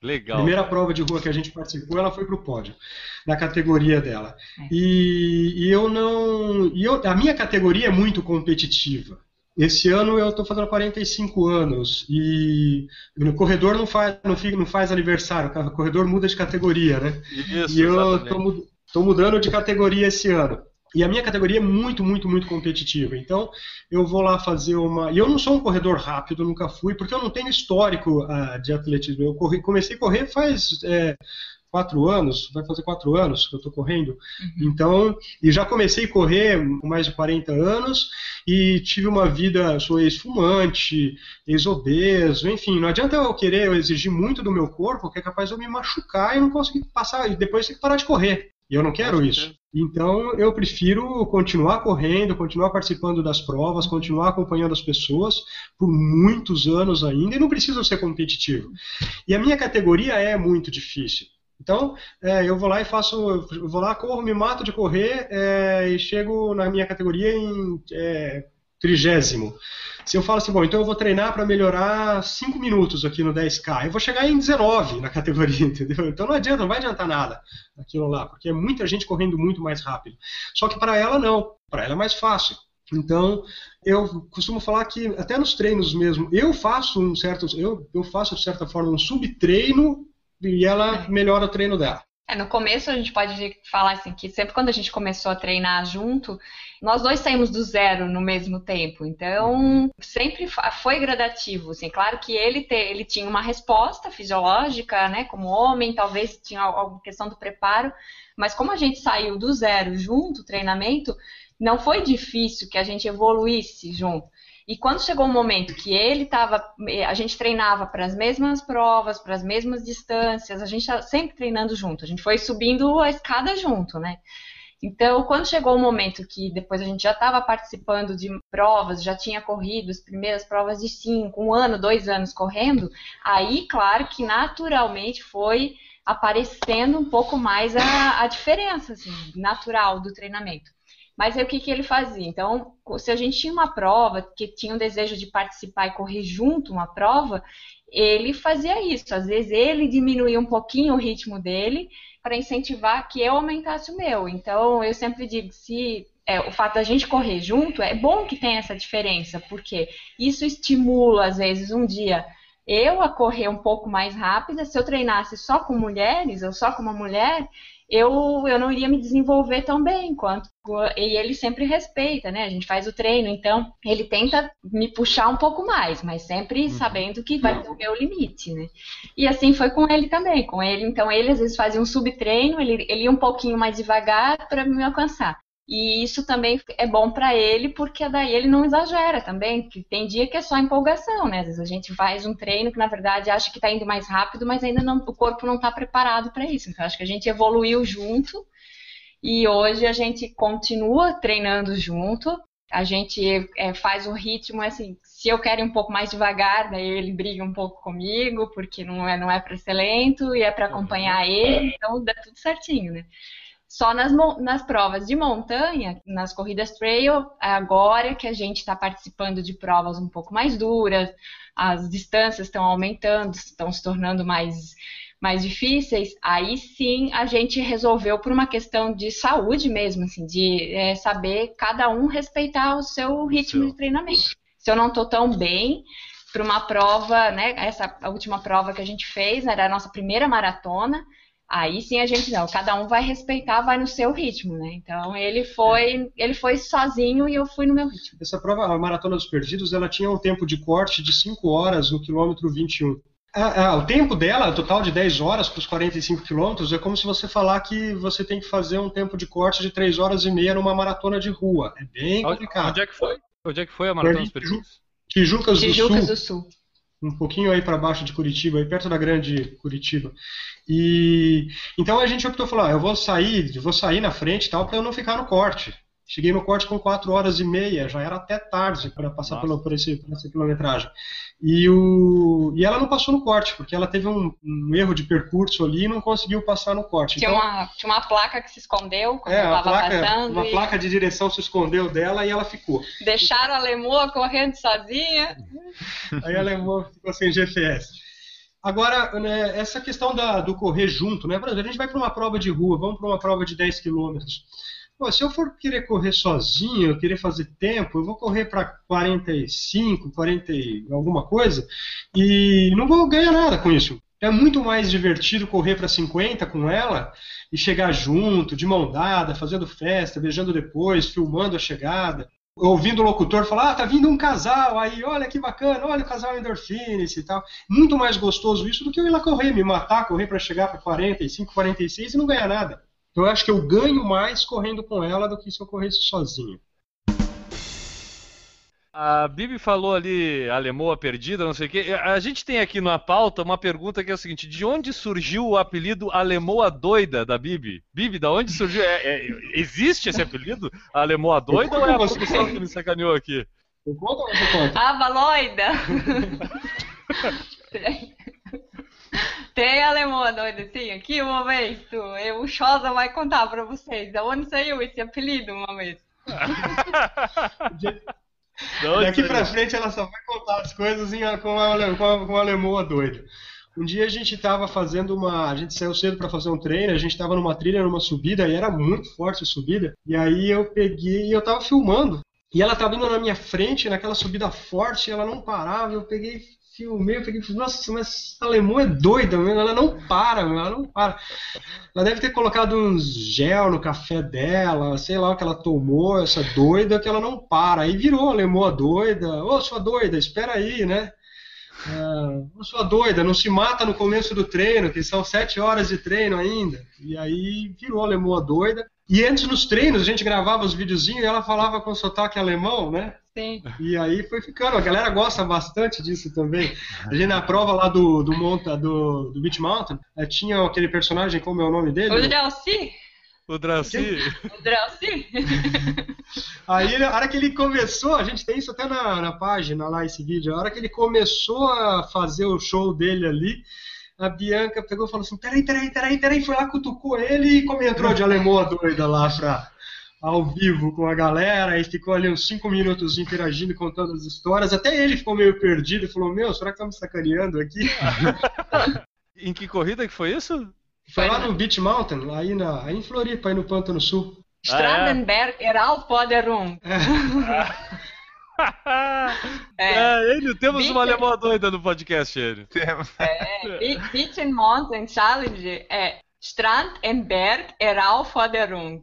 Legal. A primeira prova de rua que a gente participou, ela foi para o pódio, na categoria dela. É. E, e eu não. E eu, a minha categoria é muito competitiva. Esse ano eu estou fazendo quarenta e cinco anos e no corredor não faz, não, fica, não faz aniversário, o corredor muda de categoria, né? Isso, e eu exatamente. estou mudando de categoria esse ano. E a minha categoria é muito, muito, muito competitiva. Então, eu vou lá fazer uma... E eu não sou um corredor rápido, nunca fui, porque eu não tenho histórico uh, de atletismo. Eu corri... comecei a correr faz é, quatro anos, vai fazer quatro anos que eu estou correndo. Uhum. Então, e já comecei a correr com mais de quarenta anos e tive uma vida, sou ex-fumante, ex-obeso, enfim. Não adianta eu querer eu exigir muito do meu corpo, que é capaz de eu me machucar e não conseguir passar, e depois ter que parar de correr. E eu não quero isso. Então, eu prefiro continuar correndo, continuar participando das provas, continuar acompanhando as pessoas por muitos anos ainda, e não preciso ser competitivo. E a minha categoria é muito difícil. Então, é, eu vou lá e faço, eu vou lá, corro, me mato de correr é, e chego na minha categoria em é, trigésimo. Se eu falo assim, bom, então eu vou treinar para melhorar cinco minutos aqui no dez K, eu vou chegar em dezenove na categoria, entendeu? Então não adianta, não vai adiantar nada aquilo lá, porque é muita gente correndo muito mais rápido. Só que para ela não, para ela é mais fácil. Então, eu costumo falar que até nos treinos mesmo, eu faço um certo, eu, eu faço de certa forma um subtreino e ela melhora o treino dela. É, no começo a gente pode falar assim, que sempre quando a gente começou a treinar junto, nós dois saímos do zero no mesmo tempo, então sempre foi gradativo, assim, claro que ele, te, ele tinha uma resposta fisiológica, né, como homem, talvez tinha alguma questão do preparo, mas como a gente saiu do zero junto, o treinamento, não foi difícil que a gente evoluísse junto. E quando chegou o momento que ele estava, a gente treinava para as mesmas provas, para as mesmas distâncias, a gente estava sempre treinando junto, a gente foi subindo a escada junto, né? Então, quando chegou o momento que depois a gente já estava participando de provas, já tinha corrido as primeiras provas de cinco, um ano, dois anos correndo, aí, claro que naturalmente foi aparecendo um pouco mais a, a diferença, assim, natural do treinamento. Mas aí o que, que ele fazia? Então, se a gente tinha uma prova, que tinha um desejo de participar e correr junto uma prova, ele fazia isso. Às vezes ele diminuía um pouquinho o ritmo dele para incentivar que eu aumentasse o meu. Então, eu sempre digo, se é, o fato da gente correr junto, é bom que tenha essa diferença, porque isso estimula, às vezes, um dia eu a correr um pouco mais rápida. Se eu treinasse só com mulheres, ou só com uma mulher, eu, eu não iria me desenvolver tão bem quanto. E ele sempre respeita, né? A gente faz o treino, então ele tenta me puxar um pouco mais, mas sempre sabendo que vai ter o meu limite, né? E assim foi com ele também. Com ele, então ele às vezes fazia um subtreino, ele, ele ia um pouquinho mais devagar para me alcançar. E isso também é bom para ele, porque daí ele não exagera também, porque tem dia que é só empolgação, né? Às vezes a gente faz um treino que na verdade acha que está indo mais rápido, mas ainda não, o corpo não está preparado para isso. Então acho que a gente evoluiu junto e hoje a gente continua treinando junto. A gente é, faz o ritmo, assim, se eu quero ir um pouco mais devagar, daí ele briga um pouco comigo, porque não é, não é para ser lento e é para acompanhar ele, então dá tudo certinho, né? Só nas, nas provas de montanha, nas corridas trail, agora que a gente está participando de provas um pouco mais duras, as distâncias estão aumentando, estão se tornando mais, mais difíceis, aí sim a gente resolveu por uma questão de saúde mesmo, assim, de é, saber cada um respeitar o seu ritmo Sim. de treinamento. Se eu não estou tão bem para uma prova, né, essa a última prova que a gente fez, né, era a nossa primeira maratona, aí sim a gente não, cada um vai respeitar, vai no seu ritmo, né? Então ele foi, ele foi sozinho e eu fui no meu ritmo. Essa prova, a Maratona dos Perdidos, ela tinha um tempo de corte de cinco horas no quilômetro vinte e um. Ah, ah, o tempo dela, total de dez horas para os quarenta e cinco quilômetros, é como se você falar que você tem que fazer um tempo de corte de três horas e meia numa maratona de rua. É bem complicado. Onde é que foi? Onde é que foi a Maratona dos Perdidos? Tijucas, Tijucas do Sul. do Sul. Um pouquinho aí para baixo de Curitiba, aí perto da grande Curitiba. E então a gente optou falar, ah, eu vou sair, eu vou sair na frente e tal, para eu não ficar no corte. Cheguei no corte com quatro horas e meia, já era até tarde para passar pelo, por, esse, por essa quilometragem. E, o, e ela não passou no corte, porque ela teve um, um erro de percurso ali e não conseguiu passar no corte. Tinha, então, uma, tinha uma placa que se escondeu quando é, eu estava passando. Uma e... placa de direção se escondeu dela e ela ficou. Deixaram a Lemoa correndo sozinha. Aí a Lemoa ficou sem G P S. Agora, né, essa questão da, do correr junto, né? Por exemplo, a gente vai para uma prova de rua, vamos para uma prova de dez quilômetros. Pô, se eu for querer correr sozinho, eu querer fazer tempo, eu vou correr para quarenta e cinco, quarenta e alguma coisa, e não vou ganhar nada com isso. É muito mais divertido correr para cinquenta com ela e chegar junto, de mão dada, fazendo festa, beijando depois, filmando a chegada. Ouvindo o locutor falar, ah, tá vindo um casal aí, olha que bacana, olha o casal Endorphins e tal. Muito mais gostoso isso do que eu ir lá correr, me matar, correr para chegar para quarenta e cinco, quarenta e seis e não ganhar nada. Então eu acho que eu ganho mais correndo com ela do que se eu corresse sozinho. A Bibi falou ali, a lemoa perdida, não sei o quê. A gente tem aqui na pauta uma pergunta que é a seguinte: de onde surgiu o apelido a lemoa doida da Bibi? Bibi, da onde surgiu? É, é, existe esse apelido? A lemoa doida ou é a produção que me sacaneou aqui? Eu conto ou você conta? Ah, baloida! Tem a lemoa doida, sim, aqui uma vez, tu, eu, o Chosa vai contar pra vocês. Da onde saiu esse apelido uma vez? Daqui pra frente ela só vai contar as coisas em, com, a, com, a, com a lemoa doida. Um dia a gente estava fazendo uma... A gente saiu cedo para fazer um treino, a gente estava numa trilha, numa subida, e era muito forte a subida. E aí eu peguei e eu estava filmando. E ela estava indo na minha frente, naquela subida forte, ela não parava, eu peguei, filmei, eu peguei e falei, nossa, mas essa lemoa é doida, meu, ela não para, meu, ela não para. Ela deve ter colocado uns gel no café dela, sei lá o que ela tomou, essa doida, que ela não para. Aí virou a lemoa doida, ô, sua doida, espera aí, né? Ah, ô, sua doida, não se mata no começo do treino, que são sete horas de treino ainda. E aí virou a lemoa doida. E antes nos treinos a gente gravava os videozinhos e ela falava com sotaque alemão, né? Sim. E aí foi ficando, a galera gosta bastante disso também. A gente na prova lá do, do, monta, do, do Beach Mountain, tinha aquele personagem, como é o nome dele? O Drauci. O Drauci. O Drauci. Aí a hora que ele começou, a gente tem isso até na, na página lá, esse vídeo, a hora que ele começou a fazer o show dele ali, a Bianca pegou e falou assim, peraí, peraí, peraí, peraí, foi lá, cutucou ele e comentou de a lemoa doida lá pra, ao vivo com a galera, e ficou ali uns cinco minutos interagindo, contando as histórias, até ele ficou meio perdido e falou, meu, será que tá me sacaneando aqui? Em que corrida que foi isso? Foi lá no Beach Mountain, aí, na, aí em Floripa, aí no Pântano Sul. Strandenberg ah, é? Herausforderung. É. É. É, ele, temos Beach... uma lemoa doida no podcast, ele. Temos. É, Beach and Mountain Challenge é Strandenberg Herausforderung.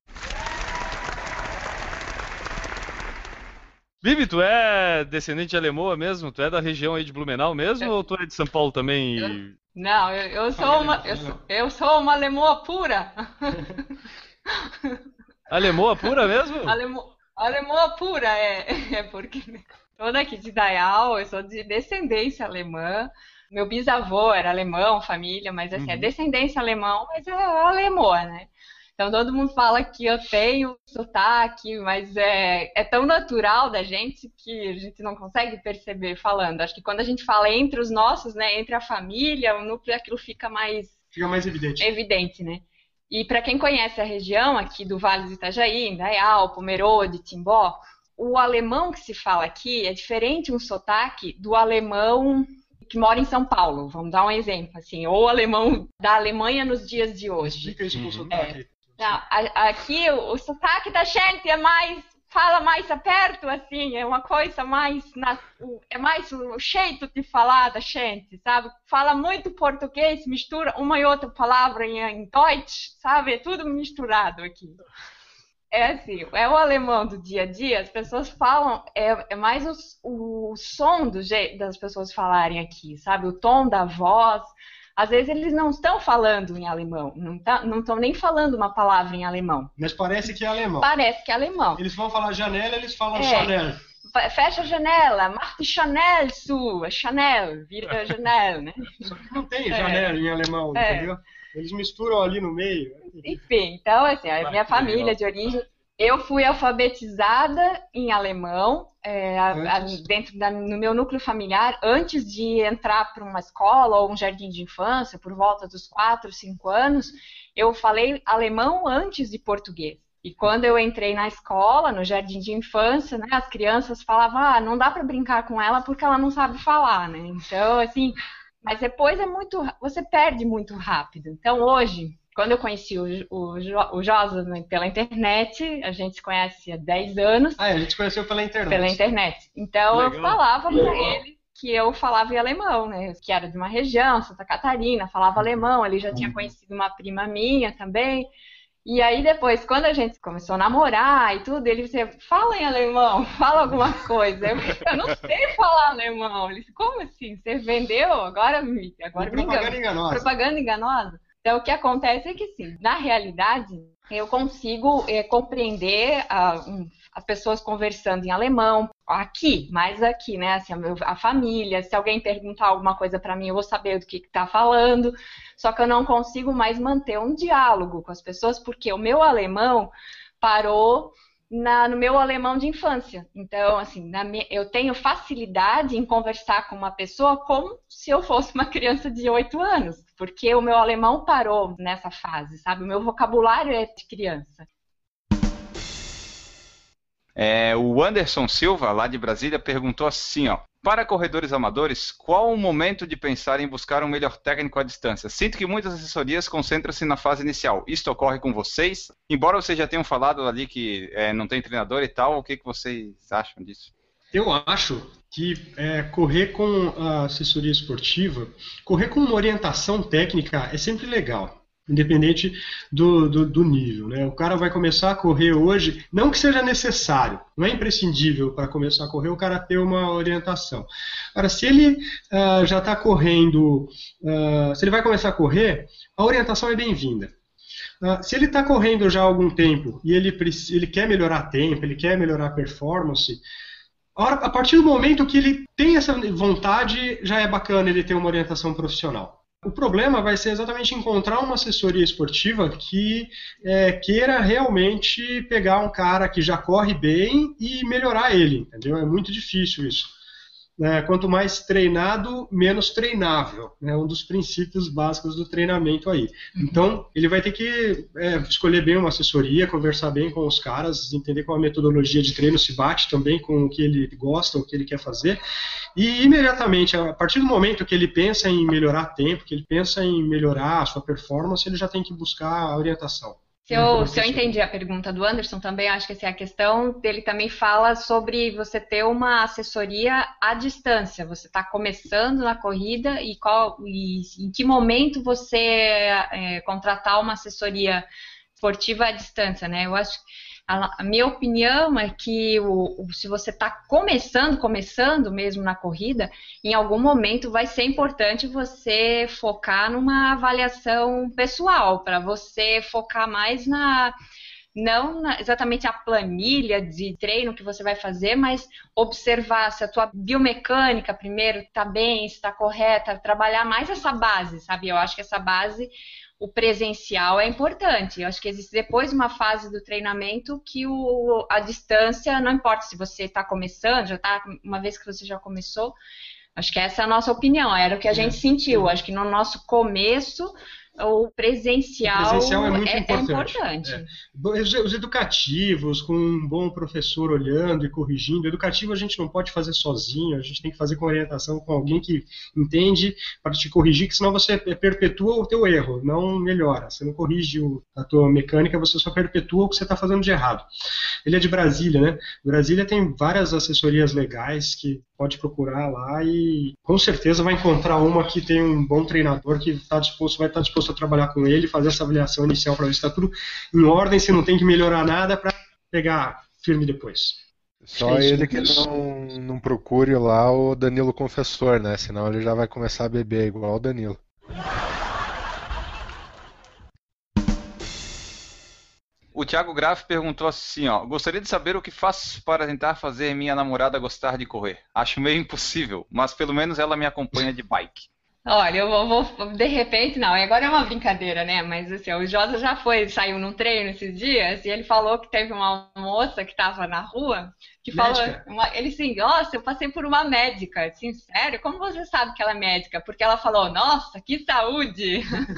Bibi, tu é descendente de Alemoa mesmo? Tu é da região aí de Blumenau mesmo, eu... ou tu é de São Paulo também? Eu... Não, eu, eu, sou uma, eu, sou, eu sou uma Alemoa pura. Alemoa pura mesmo? Alemo... Alemoa pura, é, é porque toda aqui de Dayal, eu sou de descendência alemã. Meu bisavô era alemão, família, mas assim, uhum. é descendência alemã, mas é alemoa, né? Então todo mundo fala que eu tenho sotaque, mas é, é tão natural da gente que a gente não consegue perceber falando. Acho que quando a gente fala entre os nossos, né, entre a família, o núcleo, aquilo fica mais... Fica mais evidente. Evidente, né? E para quem conhece a região aqui do Vale do Itajaí, Indaial, Pomerode, Timbó, o alemão que se fala aqui é diferente um sotaque do alemão que mora em São Paulo. Vamos dar um exemplo, assim, ou o alemão da Alemanha nos dias de hoje. Explica isso com o sotaque. É. Não, aqui o, o sotaque da gente é mais, fala mais aperto, assim, é uma coisa mais, na, é mais o jeito de falar da gente, sabe? Fala muito português, mistura uma e outra palavra em, em Deutsch, sabe? É tudo misturado aqui. É assim, é o alemão do dia a dia, as pessoas falam, é, é mais o, o som do jeito das pessoas falarem aqui, sabe? O tom da voz. Às vezes eles não estão falando em alemão, não tá, não estão nem falando uma palavra em alemão. Mas parece que é alemão. Parece que é alemão. Eles vão falar janela, eles falam é, Chanel. Fecha a janela, Marti Chanel sua, Chanel, vira janela, né? Só que não tem janela é. em alemão, é. entendeu? Eles misturam ali no meio. Enfim, então assim, a minha família de origem, eu fui alfabetizada em alemão, é, a, a, dentro da, no meu núcleo familiar, antes de entrar para uma escola ou um jardim de infância, por volta dos quatro, cinco anos, eu falei alemão antes de português. E quando eu entrei na escola, no jardim de infância, né, as crianças falavam, ah, não dá para brincar com ela porque ela não sabe falar, né? Então, assim, Mas depois é muito, você perde muito rápido. Então hoje, quando eu conheci o, o, o Josa pela internet, a gente se conhece há dez anos. Ah, a gente se conheceu pela internet. Pela internet. Então Legal. eu falava para ele que eu falava em alemão, né? Que era de uma região, Santa Catarina, falava alemão. Ele já tinha conhecido uma prima minha também. E aí depois, quando a gente começou a namorar e tudo, ele disse, fala em alemão, fala alguma coisa. Eu, eu não sei falar alemão. Ele disse, como assim? Você vendeu? Agora me, agora me propaganda enganosa. Propaganda enganosa. Então, o que acontece é que, sim, na realidade, eu consigo é, compreender a, um, as pessoas conversando em alemão aqui, mais aqui, né? Assim, a, a família, se alguém perguntar alguma coisa para mim, eu vou saber do que está falando. Só que eu não consigo mais manter um diálogo com as pessoas, porque o meu alemão parou na, no meu alemão de infância. Então, assim, na minha, eu tenho facilidade em conversar com uma pessoa como se eu fosse uma criança de oito anos, porque o meu alemão parou nessa fase, sabe? O meu vocabulário é de criança. É, o Anderson Silva, lá de Brasília, perguntou assim, ó. Para corredores amadores, qual o momento de pensar em buscar um melhor técnico à distância? Sinto que muitas assessorias concentram-se na fase inicial. Isto ocorre com vocês? Embora vocês já tenham falado ali que é, não tem treinador e tal, o que, que vocês acham disso? Eu acho que é, correr com a assessoria esportiva, correr com uma orientação técnica é sempre legal. Independente do, do, do nível, né? O cara vai começar a correr hoje, não que seja necessário, não é imprescindível para começar a correr o cara ter uma orientação. Agora, se ele uh, já está correndo, uh, se ele vai começar a correr, a orientação é bem-vinda. Uh, se ele está correndo já há algum tempo e ele, ele quer melhorar tempo, ele quer melhorar performance, a, hora, a partir do momento que ele tem essa vontade, já é bacana ele ter uma orientação profissional. O problema vai ser exatamente encontrar uma assessoria esportiva que é, queira realmente pegar um cara que já corre bem e melhorar ele, entendeu? É muito difícil isso. É, quanto mais treinado, menos treinável. É né? Um dos princípios básicos do treinamento aí. Então, ele vai ter que é, escolher bem uma assessoria, conversar bem com os caras, entender qual a metodologia de treino se bate também com o que ele gosta, o que ele quer fazer. E imediatamente, a partir do momento que ele pensa em melhorar tempo, que ele pensa em melhorar a sua performance, ele já tem que buscar a orientação. Se eu, se eu entendi a pergunta do Anderson também, acho que essa é a questão, ele também fala sobre você ter uma assessoria à distância, você está começando na corrida e, qual, e em que momento você é, contratar uma assessoria esportiva à distância, né? Eu acho a, a minha opinião é que o, o, se você está começando, começando mesmo na corrida, em algum momento vai ser importante você focar numa avaliação pessoal, para você focar mais na, não na, exatamente a planilha de treino que você vai fazer, mas observar se a tua biomecânica primeiro está bem, se está correta, trabalhar mais essa base, sabe? Eu acho que essa base, o presencial é importante. Eu acho que existe depois uma fase do treinamento que o, a distância, não importa se você está começando, já está, uma vez que você já começou, acho que essa é a nossa opinião, era o que a gente sentiu. Acho que no nosso começo, o presencial, o presencial é muito é, importante. É importante. É. Os educativos, com um bom professor olhando e corrigindo. Educativo a gente não pode fazer sozinho, a gente tem que fazer com orientação com alguém que entende para te corrigir, que senão você perpetua o teu erro, não melhora. Você não corrige o, a tua mecânica, você só perpetua o que você está fazendo de errado. Ele é de Brasília, né? Brasília tem várias assessorias legais que pode procurar lá e com certeza vai encontrar uma que tem um bom treinador que tá disposto, vai estar disposto a trabalhar com ele, fazer essa avaliação inicial para ver se está tudo em ordem, se não tem que melhorar nada para pegar firme depois. Só é ele que não, não procure lá o Danilo Confessor, né? Senão ele já vai começar a beber igual o Danilo. O Thiago Graff perguntou assim, ó, gostaria de saber o que faço para tentar fazer minha namorada gostar de correr. Acho meio impossível, mas pelo menos ela me acompanha de bike. Olha, eu vou, vou, de repente, não, agora é uma brincadeira, né, mas assim, o Josa já foi, saiu num treino esses dias, e ele falou que teve uma moça que estava na rua, que Médica. falou, uma, ele assim, nossa, eu passei por uma médica, assim, sério, como você sabe que ela é médica? Porque ela falou, nossa, que saúde!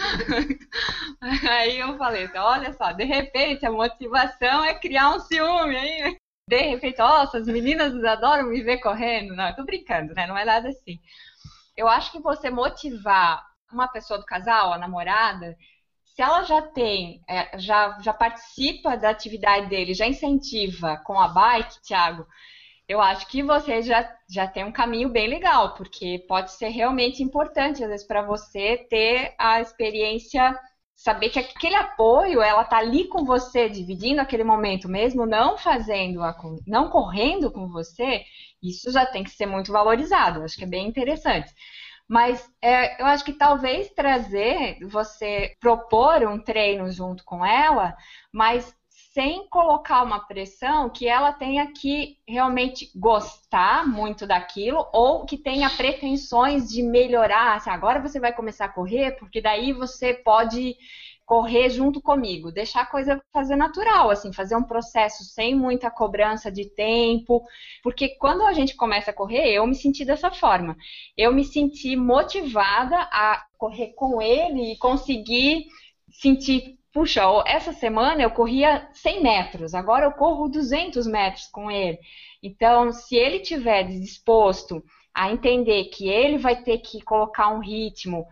Aí eu falei, olha só, de repente a motivação é criar um ciúme, hein? De repente, nossa, as meninas adoram me ver correndo, não, eu tô brincando, né, não é nada assim. Eu acho que você motivar uma pessoa do casal, a namorada, se ela já tem, é, já, já participa da atividade dele, já incentiva com a bike, Thiago, eu acho que você já, já tem um caminho bem legal, porque pode ser realmente importante, às vezes, para você ter a experiência, saber que aquele apoio, ela tá ali com você, dividindo aquele momento, mesmo não fazendo, a, não correndo com você, isso já tem que ser muito valorizado, acho que é bem interessante. Mas é, eu acho que talvez trazer, você propor um treino junto com ela, mas sem colocar uma pressão que ela tenha que realmente gostar muito daquilo ou que tenha pretensões de melhorar. Assim, agora você vai começar a correr, porque daí você pode correr junto comigo, deixar a coisa fazer natural, assim, fazer um processo sem muita cobrança de tempo, porque quando a gente começa a correr, eu me senti dessa forma, eu me senti motivada a correr com ele e conseguir sentir, puxa, essa semana eu corria cem metros, agora eu corro duzentos metros com ele, então se ele estiver disposto a entender que ele vai ter que colocar um ritmo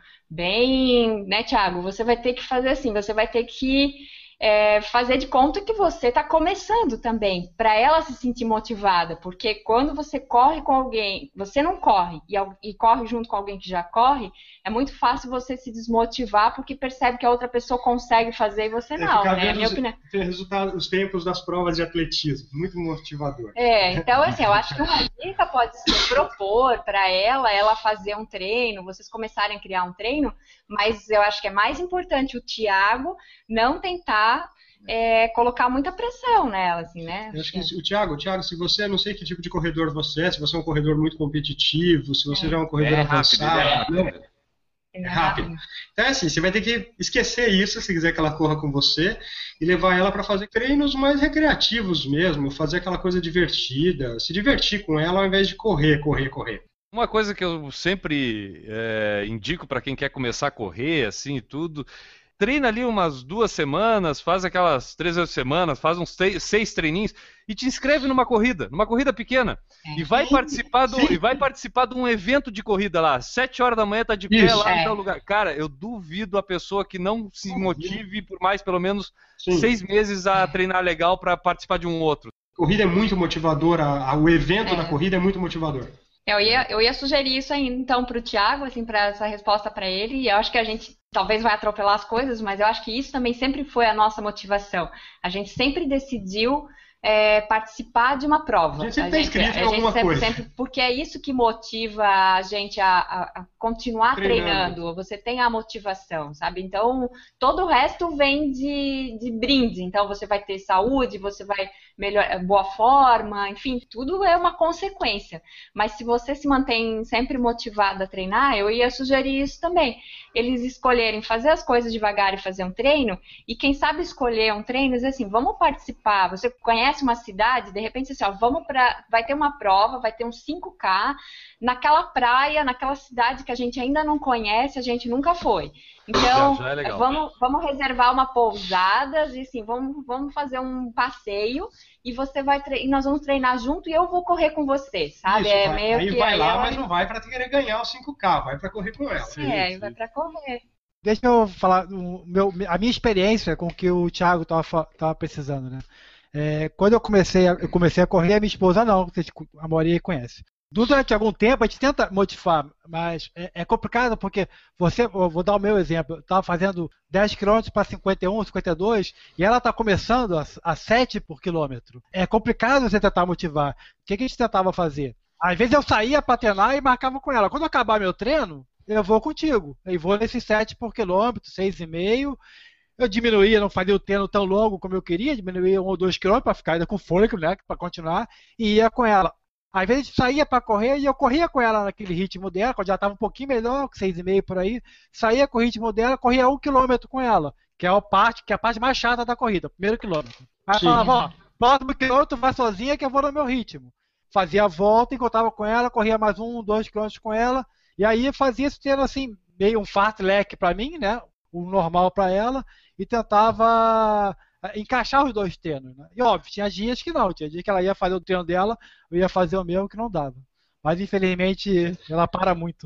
bem, né, Thiago? Você vai ter que fazer assim, você vai ter que é, fazer de conta que você está começando também, para ela se sentir motivada, porque quando você corre com alguém, você não corre e, e corre junto com alguém que já corre, é muito fácil você se desmotivar porque percebe que a outra pessoa consegue fazer e você não, é, né? É minha os, opinião. Resultado, os tempos das provas de atletismo, muito motivador. É, então assim, eu acho que uma dica pode ser propor para ela, ela fazer um treino, vocês começarem a criar um treino, mas eu acho que é mais importante o Thiago não tentar É, colocar muita pressão nela, assim, né? Eu acho que o Thiago, o Thiago, se você, não sei que tipo de corredor você é, se você é um corredor muito competitivo, se você é. já é um corredor é avançado, rápido, é rápido. É rápido. Então é assim, você vai ter que esquecer isso se quiser que ela corra com você e levar ela para fazer treinos mais recreativos mesmo, fazer aquela coisa divertida, se divertir com ela ao invés de correr, correr, correr. Uma coisa que eu sempre é, indico para quem quer começar a correr, assim, e tudo, treina ali umas duas semanas, faz aquelas três semanas, faz uns três, seis treininhos e te inscreve numa corrida, numa corrida pequena. E vai participar do, e vai participar de um evento de corrida lá. Sete horas da manhã tá de pé Isso, lá é. no tal lugar. Cara, eu duvido a pessoa que não se motive por mais pelo menos Sim. seis meses a treinar legal para participar de um outro. Corrida é muito motivadora, o evento é. da corrida é muito motivador. Eu ia, eu ia sugerir isso aí, então, para o Thiago, assim, para essa resposta para ele, e eu acho que a gente talvez vai atropelar as coisas, mas eu acho que isso também sempre foi a nossa motivação. A gente sempre decidiu é, participar de uma prova. A gente sempre está inscrito em alguma sempre, coisa. Sempre, porque é isso que motiva a gente a, a, a continuar treinando. treinando. Você tem a motivação, sabe? Então, todo o resto vem de, de brinde. Então, você vai ter saúde, você vai melhor, boa forma, enfim, tudo é uma consequência. Mas se você se mantém sempre motivado a treinar, eu ia sugerir isso também. Eles escolherem fazer as coisas devagar e fazer um treino, e quem sabe escolher um treino, dizer assim, vamos participar, você conhece uma cidade, de repente assim, ó, vamos pra, vai ter uma prova, vai ter uns cinco K, naquela praia, naquela cidade que a gente ainda não conhece, a gente nunca foi. Então, já, já é vamos, vamos reservar uma pousada e assim, vamos, vamos fazer um passeio e você vai e nós vamos treinar junto e eu vou correr com você, sabe? Isso, é vai, meio aí que vai aí lá, ela... mas não vai para querer ganhar os cinco K, vai para correr com ela. Sim, é, vai para correr. Deixa eu falar o meu, a minha experiência com o que o Thiago estava precisando, né? É, quando eu comecei, a, eu comecei a correr, a minha esposa não, a maioria conhece. Durante algum tempo a gente tenta motivar, mas é, é complicado porque você, eu vou dar o meu exemplo, eu estava fazendo dez quilômetros para cinquenta e um, cinquenta e dois e ela está começando a, a sete por quilômetro. É complicado você tentar motivar. O que, que a gente tentava fazer? Às vezes eu saía para treinar e marcava com ela. Quando acabar meu treino, eu vou contigo. Eu vou nesses sete por quilômetro, seis e meio. Eu diminuía, não fazia o treino tão longo como eu queria, diminuía um ou dois quilômetros para ficar ainda com fôlego, né, para continuar, e ia com ela. Às vezes a gente saía para correr e eu corria com ela naquele ritmo dela, quando já estava um pouquinho melhor, com seis e meio por aí, saía com o ritmo dela, corria um quilômetro com ela, que é a parte, que é a parte mais chata da corrida, primeiro quilômetro. Aí Sim. falava, ó, próximo quilômetro vai sozinha que eu vou no meu ritmo. Fazia a volta, encontrava com ela, corria mais um, dois quilômetros com ela, e aí fazia esse treino assim, meio um fartlek para mim, né, o normal para ela, e tentava encaixar os dois treinos, né? E óbvio, tinha dias que não, tinha dias que ela ia fazer o treino dela, eu ia fazer o meu que não dava. Mas infelizmente ela para muito.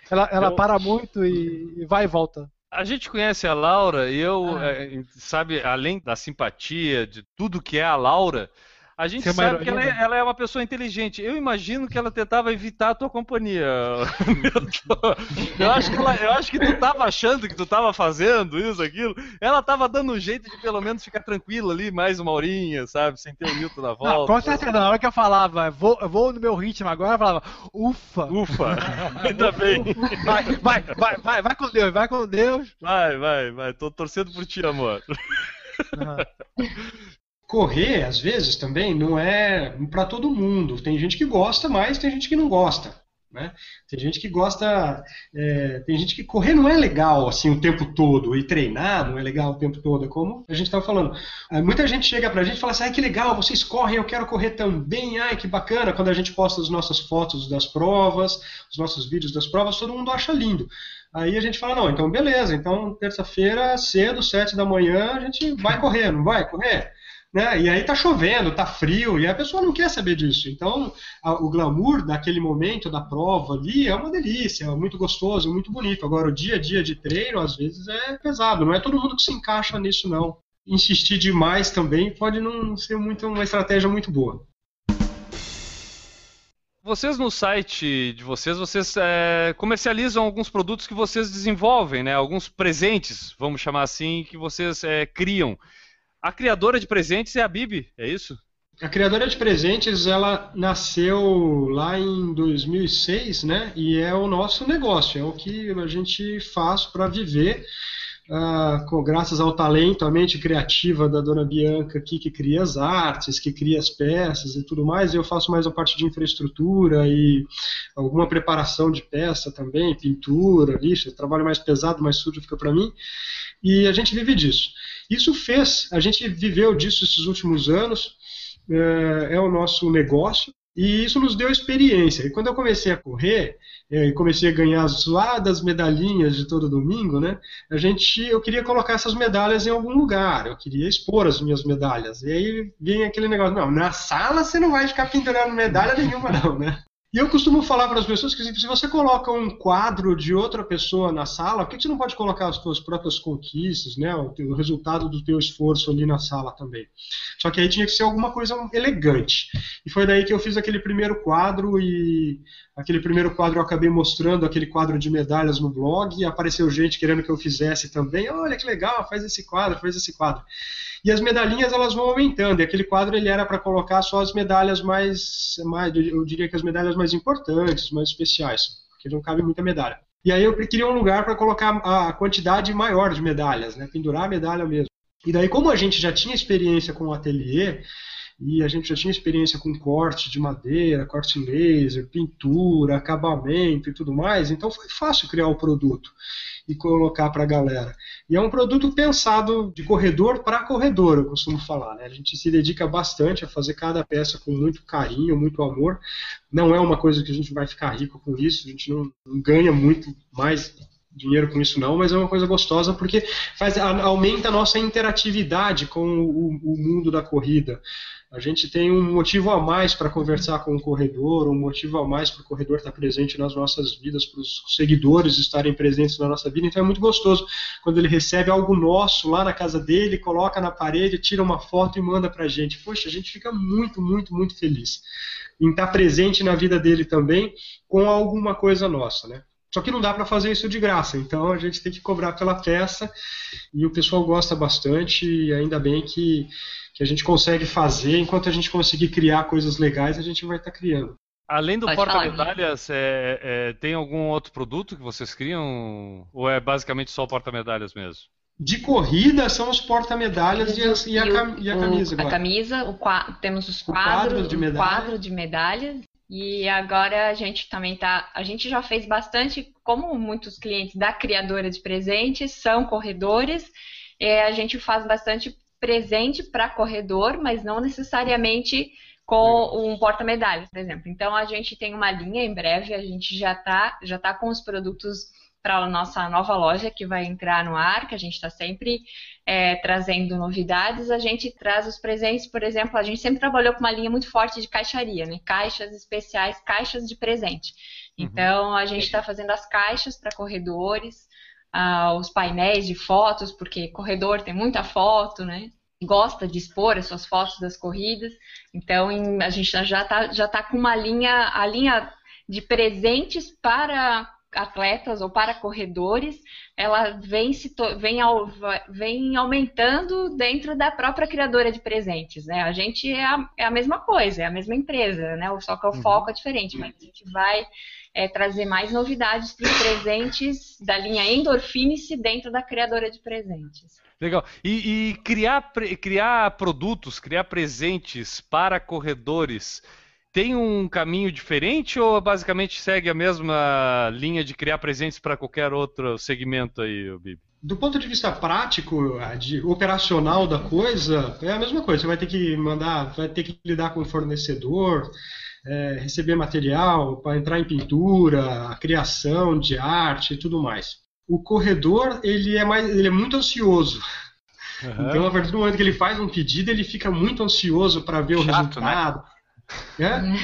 Ela, ela Eu- para muito e, e vai e volta. A gente conhece a Laura e eu, Ah. é, sabe, além da simpatia, de tudo que é a Laura, a gente Você é uma sabe que ela é, heroína? ela é uma pessoa inteligente. Eu imagino que ela tentava evitar a tua companhia. Eu acho que, ela- eu acho que tu tava achando que tu tava fazendo isso, aquilo. Ela tava dando um jeito de pelo menos ficar tranquila ali mais uma horinha, sabe, sem ter o Newton na Não, volta. com certeza, na hora que eu falava, vou, eu vou no meu ritmo agora, eu falava, ufa, Ufa, ainda bem. vai, vai, vai, vai, vai com Deus, vai com Deus. Vai, vai, vai. Tô torcendo por ti, amor. Ah, Correr, às vezes, também não é para todo mundo. Tem gente que gosta mais, tem gente que não gosta. Né? Tem gente que gosta. é, tem gente que correr não é legal assim o tempo todo, e treinar não é legal o tempo todo, é como a gente estava falando. É, muita gente chega pra gente e fala assim: ai, que legal, vocês correm, eu quero correr também, ai, que bacana. Quando a gente posta as nossas fotos das provas, os nossos vídeos das provas, todo mundo acha lindo. Aí a gente fala: não, então beleza, então terça-feira, cedo, sete da manhã, a gente vai correr, não vai correr? Né? E aí tá chovendo, tá frio, e a pessoa não quer saber disso. Então, a, o glamour daquele momento da prova ali é uma delícia, é muito gostoso, muito bonito. Agora, o dia a dia de treino, às vezes, é pesado. Não é todo mundo que se encaixa nisso, não. Insistir demais também pode não ser muito, uma estratégia muito boa. Vocês no site de vocês, vocês é, comercializam alguns produtos que vocês desenvolvem, né? Alguns presentes, vamos chamar assim, que vocês é, criam. A criadora de presentes é a Bibi, é isso? A criadora de presentes, ela nasceu lá em dois mil e seis, né? E é o nosso negócio, é o que a gente faz para viver, uh, com, graças ao talento, a mente criativa da dona Bianca aqui, que cria as artes, que cria as peças e tudo mais. Eu faço mais a parte de infraestrutura e alguma preparação de peça também, pintura, lixo, trabalho mais pesado, mais sujo fica para mim. E a gente vive disso. Isso fez, a gente viveu disso esses últimos anos, é, é o nosso negócio, e isso nos deu experiência. E quando eu comecei a correr, e comecei a ganhar as zoadas medalhinhas de todo domingo, né, a gente, eu queria colocar essas medalhas em algum lugar, eu queria expor as minhas medalhas. E aí vem aquele negócio: não, na sala você não vai ficar pendurando medalha nenhuma não, né? E eu costumo falar para as pessoas que se você coloca um quadro de outra pessoa na sala, por que você não pode colocar as suas próprias conquistas, né, o, teu, o resultado do teu esforço ali na sala também? Só que aí tinha que ser alguma coisa elegante. E foi daí que eu fiz aquele primeiro quadro, e aquele primeiro quadro eu acabei mostrando aquele quadro de medalhas no blog, e apareceu gente querendo que eu fizesse também. Olha que legal, faz esse quadro, faz esse quadro. E as medalhinhas, elas vão aumentando, e aquele quadro ele era para colocar só as medalhas mais, mais, eu diria que as medalhas mais importantes, mais especiais, porque não cabe muita medalha. E aí eu queria um lugar para colocar a quantidade maior de medalhas, né, pendurar a medalha mesmo. E daí, como a gente já tinha experiência com o ateliê, e a gente já tinha experiência com corte de madeira, corte laser, pintura, acabamento e tudo mais, então foi fácil criar o produto e colocar para a galera. E é um produto pensado de corredor para corredor, eu costumo falar, né? A gente se dedica bastante a fazer cada peça com muito carinho, muito amor. Não é uma coisa que a gente vai ficar rico com isso, a gente não, não ganha muito mais dinheiro com isso não, mas é uma coisa gostosa porque faz, aumenta a nossa interatividade com o, o mundo da corrida. A gente tem um motivo a mais para conversar com o corredor, um motivo a mais para o corredor estar presente nas nossas vidas, para os seguidores estarem presentes na nossa vida. Então é muito gostoso quando ele recebe algo nosso lá na casa dele, coloca na parede, tira uma foto e manda para a gente. Poxa, a gente fica muito, muito, muito feliz em estar presente na vida dele também com alguma coisa nossa, né? Só que não dá para fazer isso de graça, então a gente tem que cobrar pela peça, e o pessoal gosta bastante, e ainda bem que, que a gente consegue fazer. Enquanto a gente conseguir criar coisas legais, a gente vai estar criando. Além do Pode porta-medalhas, é, é, tem algum outro produto que vocês criam? Ou é basicamente só o porta-medalhas mesmo? De corrida são os porta-medalhas e, as- e a, cam- e a o- camisa. A agora. camisa, o qua- temos os O quadro quadros, de o medalha. quadro de medalhas. E agora a gente também tá. A gente já fez bastante, como muitos clientes da criadora de presentes são corredores, é, a gente faz bastante presente para corredor, mas não necessariamente com um porta-medalhas, por exemplo. Então a gente tem uma linha, em breve a gente já está já tá com os produtos para a nossa nova loja que vai entrar no ar, que a gente está sempre é, trazendo novidades. A gente traz os presentes, por exemplo, a gente sempre trabalhou com uma linha muito forte de caixaria, né? Caixas especiais, caixas de presente. Então, a gente está fazendo as caixas para corredores, ah, os painéis de fotos, porque corredor tem muita foto, né? Gosta de expor as suas fotos das corridas. Então, em, a gente já está já tá com uma linha, a linha de presentes para atletas ou para corredores, ela vem, se to, vem, ao, vem aumentando dentro da própria criadora de presentes, né? A gente é a, é a mesma coisa, é a mesma empresa, né? Só que o foco é diferente, mas a gente vai é, trazer mais novidades para os presentes da linha Endorfine-se dentro da criadora de presentes. Legal. E, e criar, criar produtos, criar presentes para corredores, tem um caminho diferente ou basicamente segue a mesma linha de criar presentes para qualquer outro segmento aí, Bibi? Do ponto de vista prático, de operacional da coisa, é a mesma coisa. Você vai ter que mandar, vai ter que lidar com o fornecedor, é, receber material para entrar em pintura, a criação de arte e tudo mais. O corredor, ele é, mais, ele é muito ansioso. Uhum. Então, a partir do momento que ele faz um pedido, ele fica muito ansioso para ver Chato, o resultado. Né? É?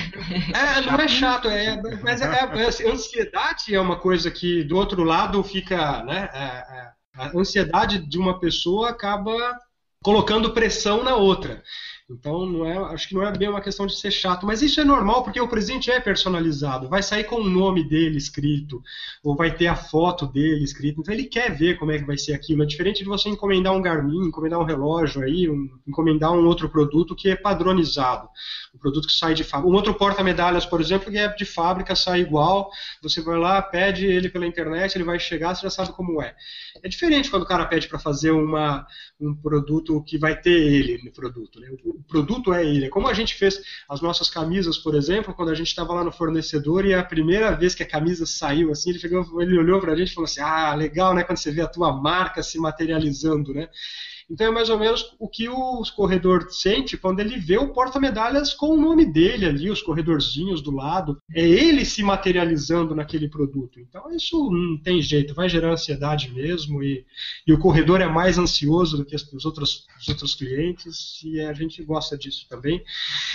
É, não é chato, é, mas é, é, a ansiedade é uma coisa que do outro lado fica, né, é, é, a ansiedade de uma pessoa acaba colocando pressão na outra. Então, não é, acho que não é bem uma questão de ser chato, mas isso é normal porque o presente é personalizado, vai sair com o nome dele escrito, ou vai ter a foto dele escrita, então ele quer ver como é que vai ser aquilo. É diferente de você encomendar um Garmin, encomendar um relógio, aí, um, encomendar um outro produto que é padronizado, um produto que sai de fábrica. Um outro porta-medalhas, por exemplo, que é de fábrica, sai igual, você vai lá, pede ele pela internet, ele vai chegar, você já sabe como é. É diferente quando o cara pede para fazer uma, um produto que vai ter ele no produto, né? O produto é ele. Como a gente fez as nossas camisas, por exemplo, quando a gente estava lá no fornecedor e a primeira vez que a camisa saiu, assim, ele, chegou, ele olhou para a gente e falou assim, ah, legal, né, quando você vê a tua marca se materializando, né? Então é mais ou menos o que o corredor sente quando ele vê o porta-medalhas com o nome dele ali, os corredorzinhos do lado. É ele se materializando naquele produto. Então isso não tem jeito, vai gerar ansiedade mesmo. E, e o corredor é mais ansioso do que os outros, os outros clientes. E a gente gosta disso também.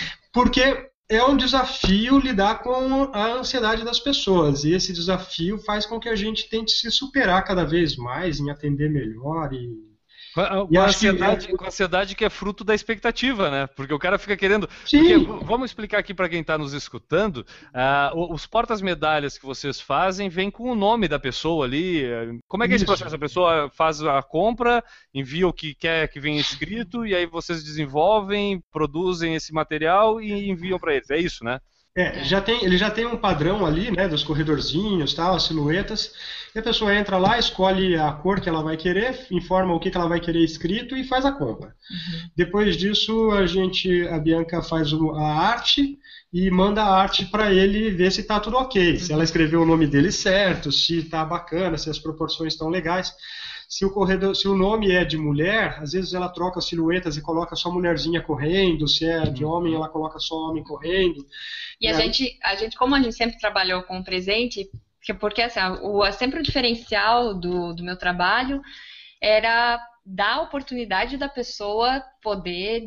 Porque é um desafio lidar com a ansiedade das pessoas. E esse desafio faz com que a gente tente se superar cada vez mais em atender melhor e Com a, ansiedade, que... com a ansiedade que é fruto da expectativa, né? Porque o cara fica querendo... Sim. Porque, vamos explicar aqui para quem está nos escutando. Uh, os portas-medalhas que vocês fazem vêm com o nome da pessoa ali. Como é que é esse Isso. processo? A pessoa faz a compra, envia o que quer que venha escrito e aí vocês desenvolvem, produzem esse material e enviam para eles. É isso, né? É, já tem, ele já tem um padrão ali, né, dos corredorzinhos, tal, as silhuetas, e a pessoa entra lá, escolhe a cor que ela vai querer, informa o que, que ela vai querer escrito e faz a compra. Uhum. Depois disso, a gente, a Bianca faz a arte e manda a arte para ele ver se está tudo ok, uhum. se ela escreveu o nome dele certo, se está bacana, se as proporções estão legais. Se o, corredor, se o nome é de mulher, às vezes ela troca silhuetas e coloca só mulherzinha correndo, se é de homem, ela coloca só homem correndo. E a, é. gente, a gente, como a gente sempre trabalhou com presente, porque assim, o, sempre o diferencial do, do meu trabalho era dar a oportunidade da pessoa poder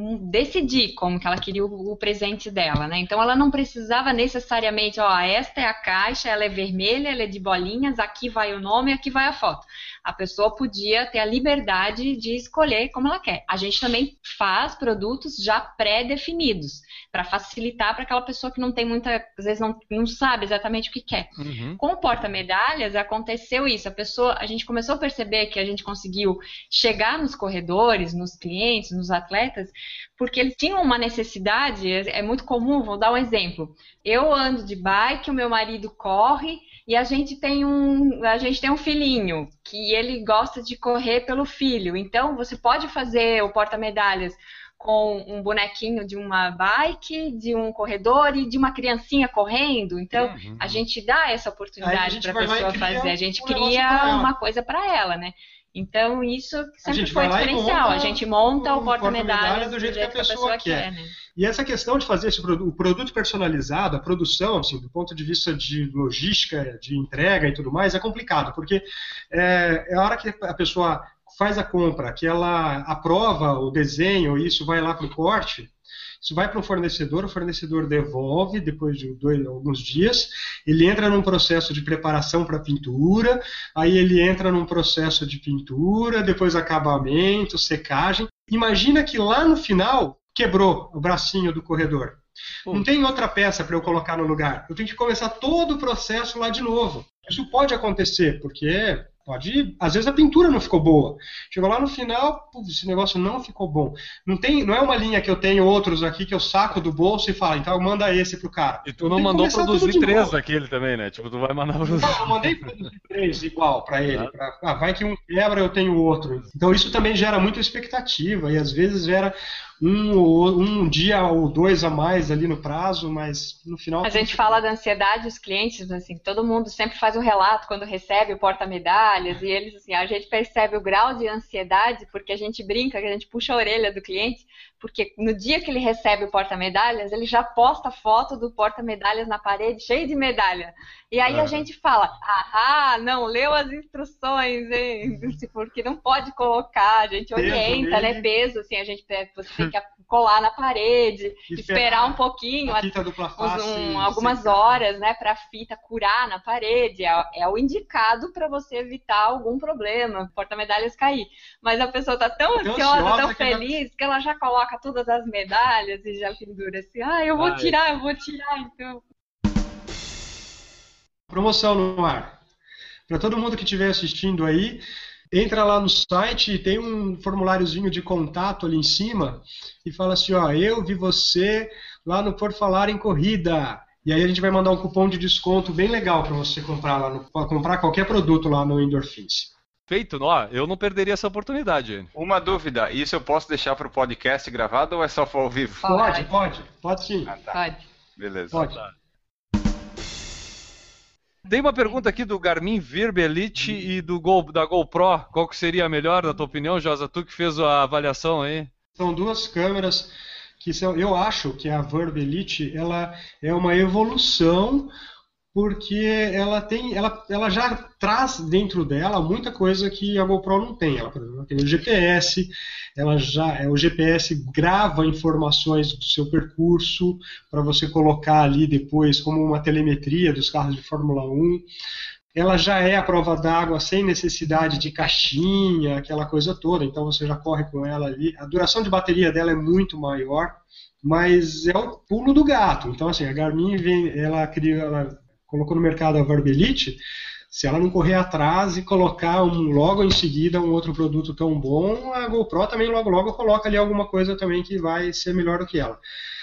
decidir como que ela queria o, o presente dela, né? Então ela não precisava necessariamente, ó, esta é a caixa, ela é vermelha, ela é de bolinhas, aqui vai o nome, aqui vai a foto. A pessoa podia ter a liberdade de escolher como ela quer. A gente também faz produtos já pré-definidos, para facilitar para aquela pessoa que não tem muita, às vezes não, não sabe exatamente o que quer. Uhum. Com o porta-medalhas aconteceu isso, a pessoa, a gente começou a perceber que a gente conseguiu chegar nos corredores, nos clientes, nos atletas, porque eles tinham uma necessidade, é muito comum, vou dar um exemplo. Eu ando de bike, o meu marido corre e a gente tem um, a gente tem um filhinho que ele gosta de correr pelo filho. Então você pode fazer o porta-medalhas com um bonequinho de uma bike, de um corredor e de uma criancinha correndo. Então, uhum. a gente dá essa oportunidade para a pessoa fazer. A gente um cria uma coisa para ela, né? Então, isso sempre foi diferencial. A gente monta o porta-medalhas do jeito que a pessoa quer. Né? E essa questão de fazer esse produto, o produto personalizado, a produção, assim, do ponto de vista de logística, de entrega e tudo mais, é complicado, porque é, é a hora que a pessoa faz a compra, que ela aprova o desenho, e isso vai lá para o corte, isso vai para o fornecedor, o fornecedor devolve depois de dois, alguns dias, ele entra num processo de preparação para pintura, aí ele entra num processo de pintura, depois acabamento, secagem. Imagina que lá no final quebrou o bracinho do corredor. Pô. Não tem outra peça para eu colocar no lugar. Eu tenho que começar todo o processo lá de novo. Isso pode acontecer, porque pode, às vezes a pintura não ficou boa. Chegou lá no final, putz, esse negócio não ficou bom. Não, tem, não é uma linha que eu tenho outros aqui que eu saco do bolso e falo, então manda esse pro cara. E tu não mandou produzir três daquele também, né? Tipo, tu vai mandar produzir. Não, eu mandei produzir três igual para ele. Ah. Pra, ah, vai que um quebra, eu tenho outro. Então isso também gera muita expectativa e às vezes gera um, um dia ou dois a mais ali no prazo, mas no final... A gente fala da ansiedade dos clientes, assim, todo mundo sempre faz um relato quando recebe o porta-medalhas, e eles, assim, a gente percebe o grau de ansiedade, porque a gente brinca, que a gente puxa a orelha do cliente, porque no dia que ele recebe o porta-medalhas, ele já posta a foto do porta-medalhas na parede, cheio de medalha. E aí ah. a gente fala, ah, não, leu as instruções, hein? Porque não pode colocar, a gente orienta, peso, né? Peso, assim, a gente você tem que colar na parede, e esperar um pouquinho, a fita dupla face, um, algumas secar. horas, né, para a fita curar na parede. É, é o indicado para você evitar algum problema, porta-medalhas cair. Mas a pessoa tá tão é ansiosa, ansiosa, tão que feliz, já... que ela já coloca todas as medalhas e já pendura assim, ah, eu vou Ai. tirar, eu vou tirar, então. Promoção no ar. Para todo mundo que estiver assistindo aí, entra lá no site, tem um formuláriozinho de contato ali em cima e fala assim, ó, eu vi você lá no Por Falar em Corrida. E aí a gente vai mandar um cupom de desconto bem legal para você comprar lá, no, comprar qualquer produto lá no Endorphins. Feito, ó, eu não perderia essa oportunidade. Uma dúvida, isso eu posso deixar para o podcast gravado ou é só ao vivo? Pode, pode, pode sim. Ah, tá. Pode. Beleza. Pode. Tem uma pergunta aqui do Garmin Virb Elite e do Go, da GoPro. Qual que seria a melhor, na tua opinião, Josa? Tu que fez a avaliação aí. São duas câmeras que são, eu acho que a Virb Elite ela é uma evolução, porque ela tem, ela, ela já traz dentro dela muita coisa que a GoPro não tem. Ela, por exemplo, ela tem o G P S, ela já, o G P S grava informações do seu percurso para você colocar ali depois como uma telemetria dos carros de Fórmula um. Ela já é a prova d'água sem necessidade de caixinha, aquela coisa toda, então você já corre com ela ali. A duração de bateria dela é muito maior, mas é o pulo do gato. Então, assim, a Garmin vem, ela cria, ela colocou no mercado a Virb Elite. Se ela não correr atrás e colocar um, logo em seguida um outro produto tão bom, a GoPro também logo logo coloca ali alguma coisa também que vai ser melhor do que ela.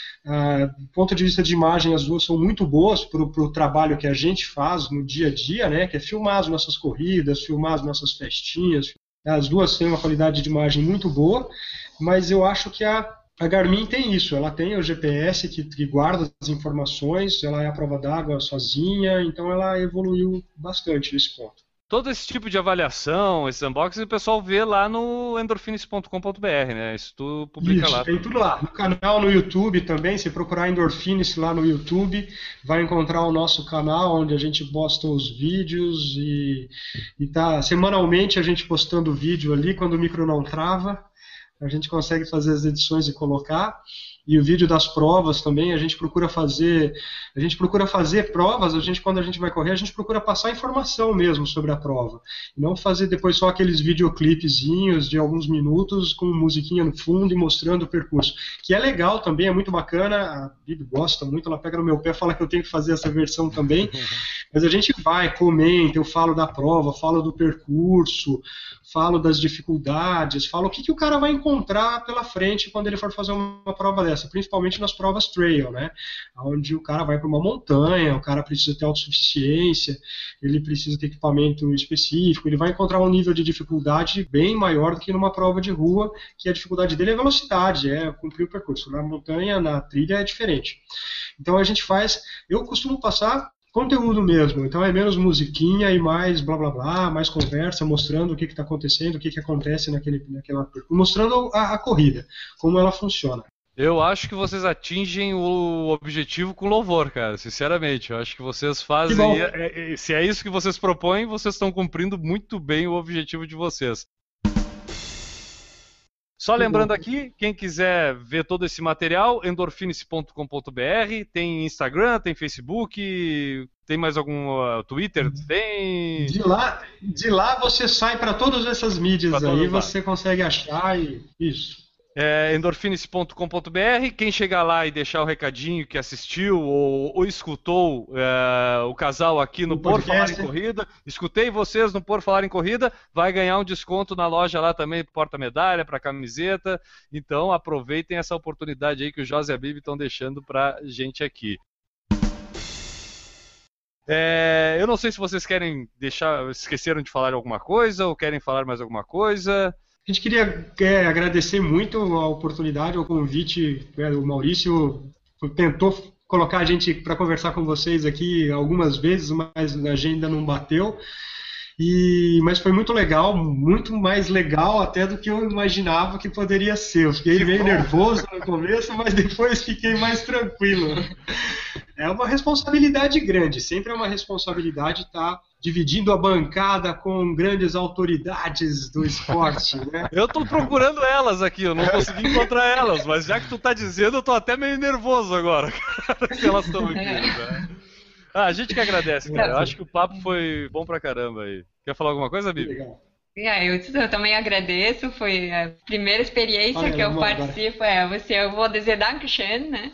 Uh, do ponto de vista de imagem, as duas são muito boas para o trabalho que a gente faz no dia a dia, né, que é filmar as nossas corridas, filmar as nossas festinhas. As duas têm uma qualidade de imagem muito boa, mas eu acho que a, a Garmin tem isso, ela tem o G P S que, que guarda as informações, ela é a prova d'água sozinha, então ela evoluiu bastante nesse ponto. Todo esse tipo de avaliação, esses unboxings, o pessoal vê lá no endorphins ponto com ponto b r, né? Isso tu publica Isso, lá. tem tudo lá. No canal no YouTube também, se procurar Endorphins lá no YouTube, vai encontrar o nosso canal onde a gente posta os vídeos e, e tá semanalmente a gente postando vídeo ali, quando o micro não trava, a gente consegue fazer as edições e colocar. E o vídeo das provas também, a gente procura fazer, a gente procura fazer provas, a gente, quando a gente vai correr, a gente procura passar informação mesmo sobre a prova. E não fazer depois só aqueles videoclipezinhos de alguns minutos com musiquinha no fundo e mostrando o percurso. Que é legal também, é muito bacana, a Bibi gosta muito, ela pega no meu pé e fala que eu tenho que fazer essa versão também. Mas a gente vai, comenta, eu falo da prova, falo do percurso, falo das dificuldades, falo o que, que o cara vai encontrar pela frente quando ele for fazer uma prova dessa, principalmente nas provas trail, né? Onde o cara vai para uma montanha, o cara precisa ter autossuficiência, ele precisa ter equipamento específico, ele vai encontrar um nível de dificuldade bem maior do que numa prova de rua, que a dificuldade dele é a velocidade, é cumprir o percurso. Na montanha, na trilha é diferente. Então a gente faz, eu costumo passar conteúdo mesmo, então é menos musiquinha e mais blá blá blá, mais conversa, mostrando o que está acontecendo, o que, que acontece naquele, naquela percurso, mostrando a, a corrida, como ela funciona. Eu acho que vocês atingem o objetivo com louvor, cara, sinceramente. Eu acho que vocês fazem... É, é, se é isso que vocês propõem, vocês estão cumprindo muito bem o objetivo de vocês. Só lembrando aqui, quem quiser ver todo esse material, endorfinice ponto com ponto b r, tem Instagram, tem Facebook, tem mais algum uh, Twitter? Tem... De lá, de lá você sai para todas essas mídias pra aí, você consegue achar e isso. É, endorfinice ponto com ponto b r. Quem chegar lá e deixar o recadinho que assistiu ou, ou escutou é, o casal aqui no, no Por Falar em Corrida, escutei vocês no Por Falar em Corrida, vai ganhar um desconto na loja lá também, porta-medalha, para camiseta. Então aproveitem essa oportunidade aí que o Josi e a Bibi estão deixando pra gente aqui. É, eu não sei se vocês querem deixar, esqueceram de falar alguma coisa ou querem falar mais alguma coisa. A gente queria é, agradecer muito a oportunidade, o convite. É, o Maurício tentou colocar a gente para conversar com vocês aqui algumas vezes, mas a agenda não bateu. E, mas foi muito legal, muito mais legal até do que eu imaginava que poderia ser. Eu fiquei meio nervoso no começo, mas depois fiquei mais tranquilo. É uma responsabilidade grande, sempre é uma responsabilidade estar dividindo a bancada com grandes autoridades do esporte, né? Eu tô procurando elas aqui, eu não consegui encontrar elas, mas já que tu tá dizendo, eu tô até meio nervoso agora, cara, se elas estão aqui, né? Ah, a gente que agradece, cara. Eu acho que o papo foi bom pra caramba aí. Quer falar alguma coisa, Bibi? Legal. É, eu, eu também agradeço, foi a primeira experiência Olha, que eu participo, é, você, eu vou dizer Dankeschön, né?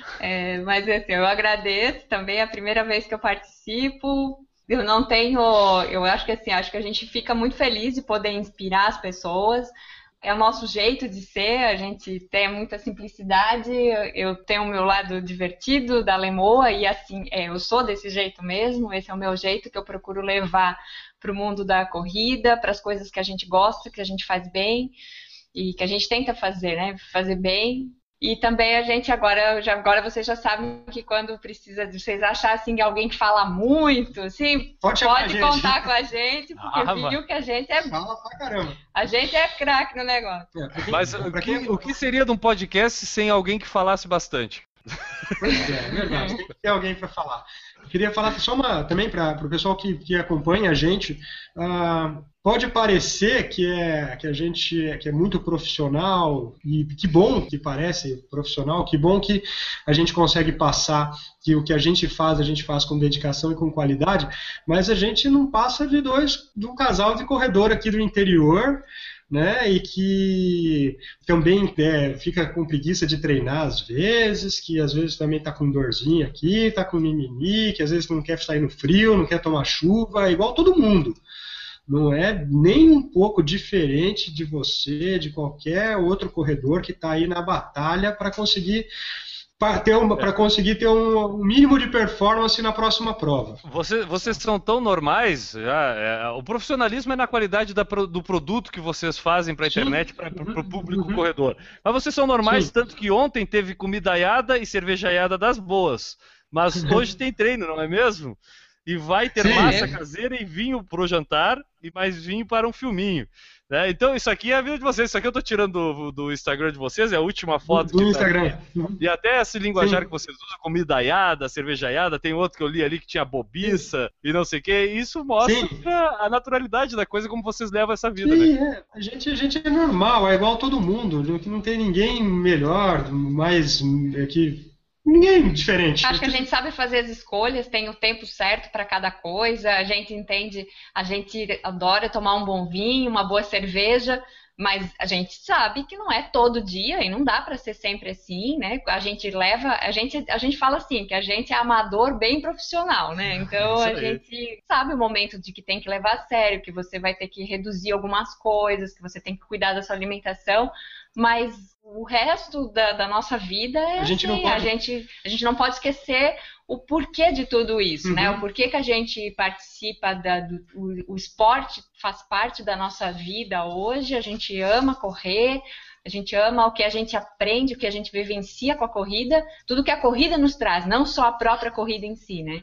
É, mas assim, eu agradeço também, é a primeira vez que eu participo. Eu não tenho, eu acho que assim, acho que a gente fica muito feliz de poder inspirar as pessoas. É o nosso jeito de ser, a gente tem muita simplicidade, eu tenho o meu lado divertido da Lemoa e assim, é, eu sou desse jeito mesmo, esse é o meu jeito que eu procuro levar para o mundo da corrida, para as coisas que a gente gosta, que a gente faz bem e que a gente tenta fazer, né, fazer bem. E também a gente agora, já, agora vocês já sabem que quando precisa, vocês acharem que alguém que fala muito, assim, pode, pode contar com a gente, porque ah, viu que a gente é... Fala pra caramba. A gente é craque no negócio. É, Mas o que, o que seria de um podcast sem alguém que falasse bastante? Pois é, é verdade, tem que ter alguém para falar. Eu queria falar só uma, também para o pessoal que, que acompanha a gente, uh, pode parecer que, é, que a gente que é muito profissional, e que bom que parece profissional, que bom que a gente consegue passar que o que a gente faz, a gente faz com dedicação e com qualidade, mas a gente não passa de dois, de um casal de corredor aqui do interior, né, e que também é, fica com preguiça de treinar às vezes, que às vezes também está com dorzinha aqui, está com mimimi, que às vezes não quer sair no frio, não quer tomar chuva, é igual todo mundo. Não é nem um pouco diferente de você, de qualquer outro corredor que está aí na batalha para conseguir para ter um, para conseguir ter um, um mínimo de performance na próxima prova. Você, vocês são tão normais, já, é, o profissionalismo é na qualidade da, do produto que vocês fazem para a internet, para o público uhum. corredor. Mas vocês são normais, Sim. tanto que ontem teve comidaiada e cervejaiada das boas. Mas hoje tem treino, não é mesmo? E vai ter Sim, massa é. caseira e vinho para o jantar e mais vinho para um filminho. Né? Então isso aqui é a vida de vocês. Isso aqui eu estou tirando do, do Instagram de vocês, é a última foto. Do, do que Instagram. Tá e até esse linguajar Sim. que vocês usam, comidaiada, cervejaiada, tem outro que eu li ali que tinha bobiça Sim. e não sei o que. Isso mostra a naturalidade da coisa, como vocês levam essa vida. Sim, né? é. A, gente, a gente é normal, é igual todo mundo. Não tem ninguém melhor, mais... É que... Ninguém diferente. Acho que a gente sabe fazer as escolhas, tem o tempo certo para cada coisa, a gente entende, a gente adora tomar um bom vinho, uma boa cerveja, mas a gente sabe que não é todo dia e não dá para ser sempre assim, né? A gente leva, a gente, a gente fala assim, que a gente é amador bem profissional, né? Então a gente sabe o momento de que tem que levar a sério, que você vai ter que reduzir algumas coisas, que você tem que cuidar da sua alimentação, mas o resto da, da nossa vida é a gente, assim, não pode... a, gente, a gente não pode esquecer o porquê de tudo isso, uhum. né? O porquê que a gente participa, da, do, o, o esporte faz parte da nossa vida hoje, a gente ama correr, a gente ama o que a gente aprende, o que a gente vivencia com a corrida, tudo que a corrida nos traz, não só a própria corrida em si, né?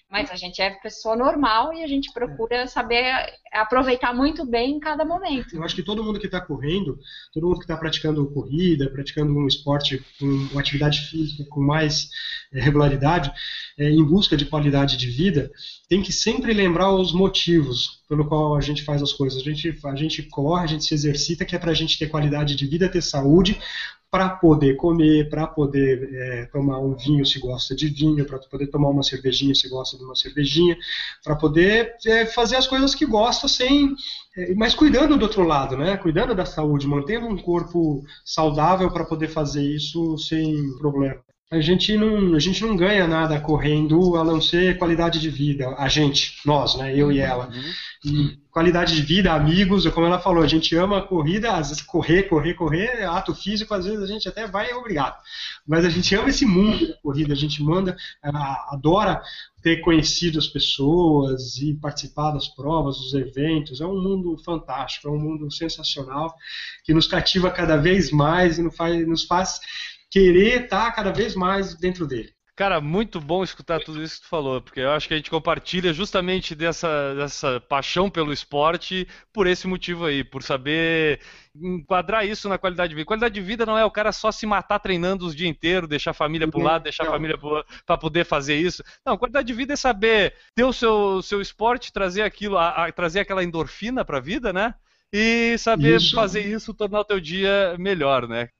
Mas a gente é pessoa normal e a gente procura saber aproveitar muito bem cada momento. Eu acho que todo mundo que está correndo, todo mundo que está praticando corrida, praticando um esporte, uma atividade física com mais é, regularidade, é, em busca de qualidade de vida, tem que sempre lembrar os motivos pelo qual a gente faz as coisas. A gente, a gente corre, a gente se exercita, que é para a gente ter qualidade de vida, ter saúde, para poder comer, para poder é, tomar um vinho se gosta de vinho, para poder tomar uma cervejinha se gosta de uma cervejinha, para poder é, fazer as coisas que gosta sem, é, mas cuidando do outro lado, né? Cuidando da saúde, mantendo um corpo saudável para poder fazer isso sem problema. A gente, não, a gente não ganha nada correndo, a não ser qualidade de vida. A gente, nós, né? Eu e ela. E qualidade de vida, amigos, como ela falou, a gente ama a corrida, às vezes correr, correr, correr, é ato físico, às vezes a gente até vai obrigado. Mas a gente ama esse mundo da corrida, a gente manda, adora ter conhecido as pessoas e participar das provas, dos eventos. É um mundo fantástico, é um mundo sensacional, que nos cativa cada vez mais e nos faz... Nos faz querer estar cada vez mais dentro dele. Cara, muito bom escutar tudo isso que tu falou, porque eu acho que a gente compartilha justamente dessa, dessa paixão pelo esporte por esse motivo aí, por saber enquadrar isso na qualidade de vida. Qualidade de vida não é o cara só se matar treinando os dias inteiros, deixar a família pro lado, deixar a família para poder fazer isso. Não, qualidade de vida é saber ter o seu, seu esporte, trazer aquilo, a, a, trazer aquela endorfina para a vida, né? E saber isso. fazer isso, tornar o teu dia melhor, né?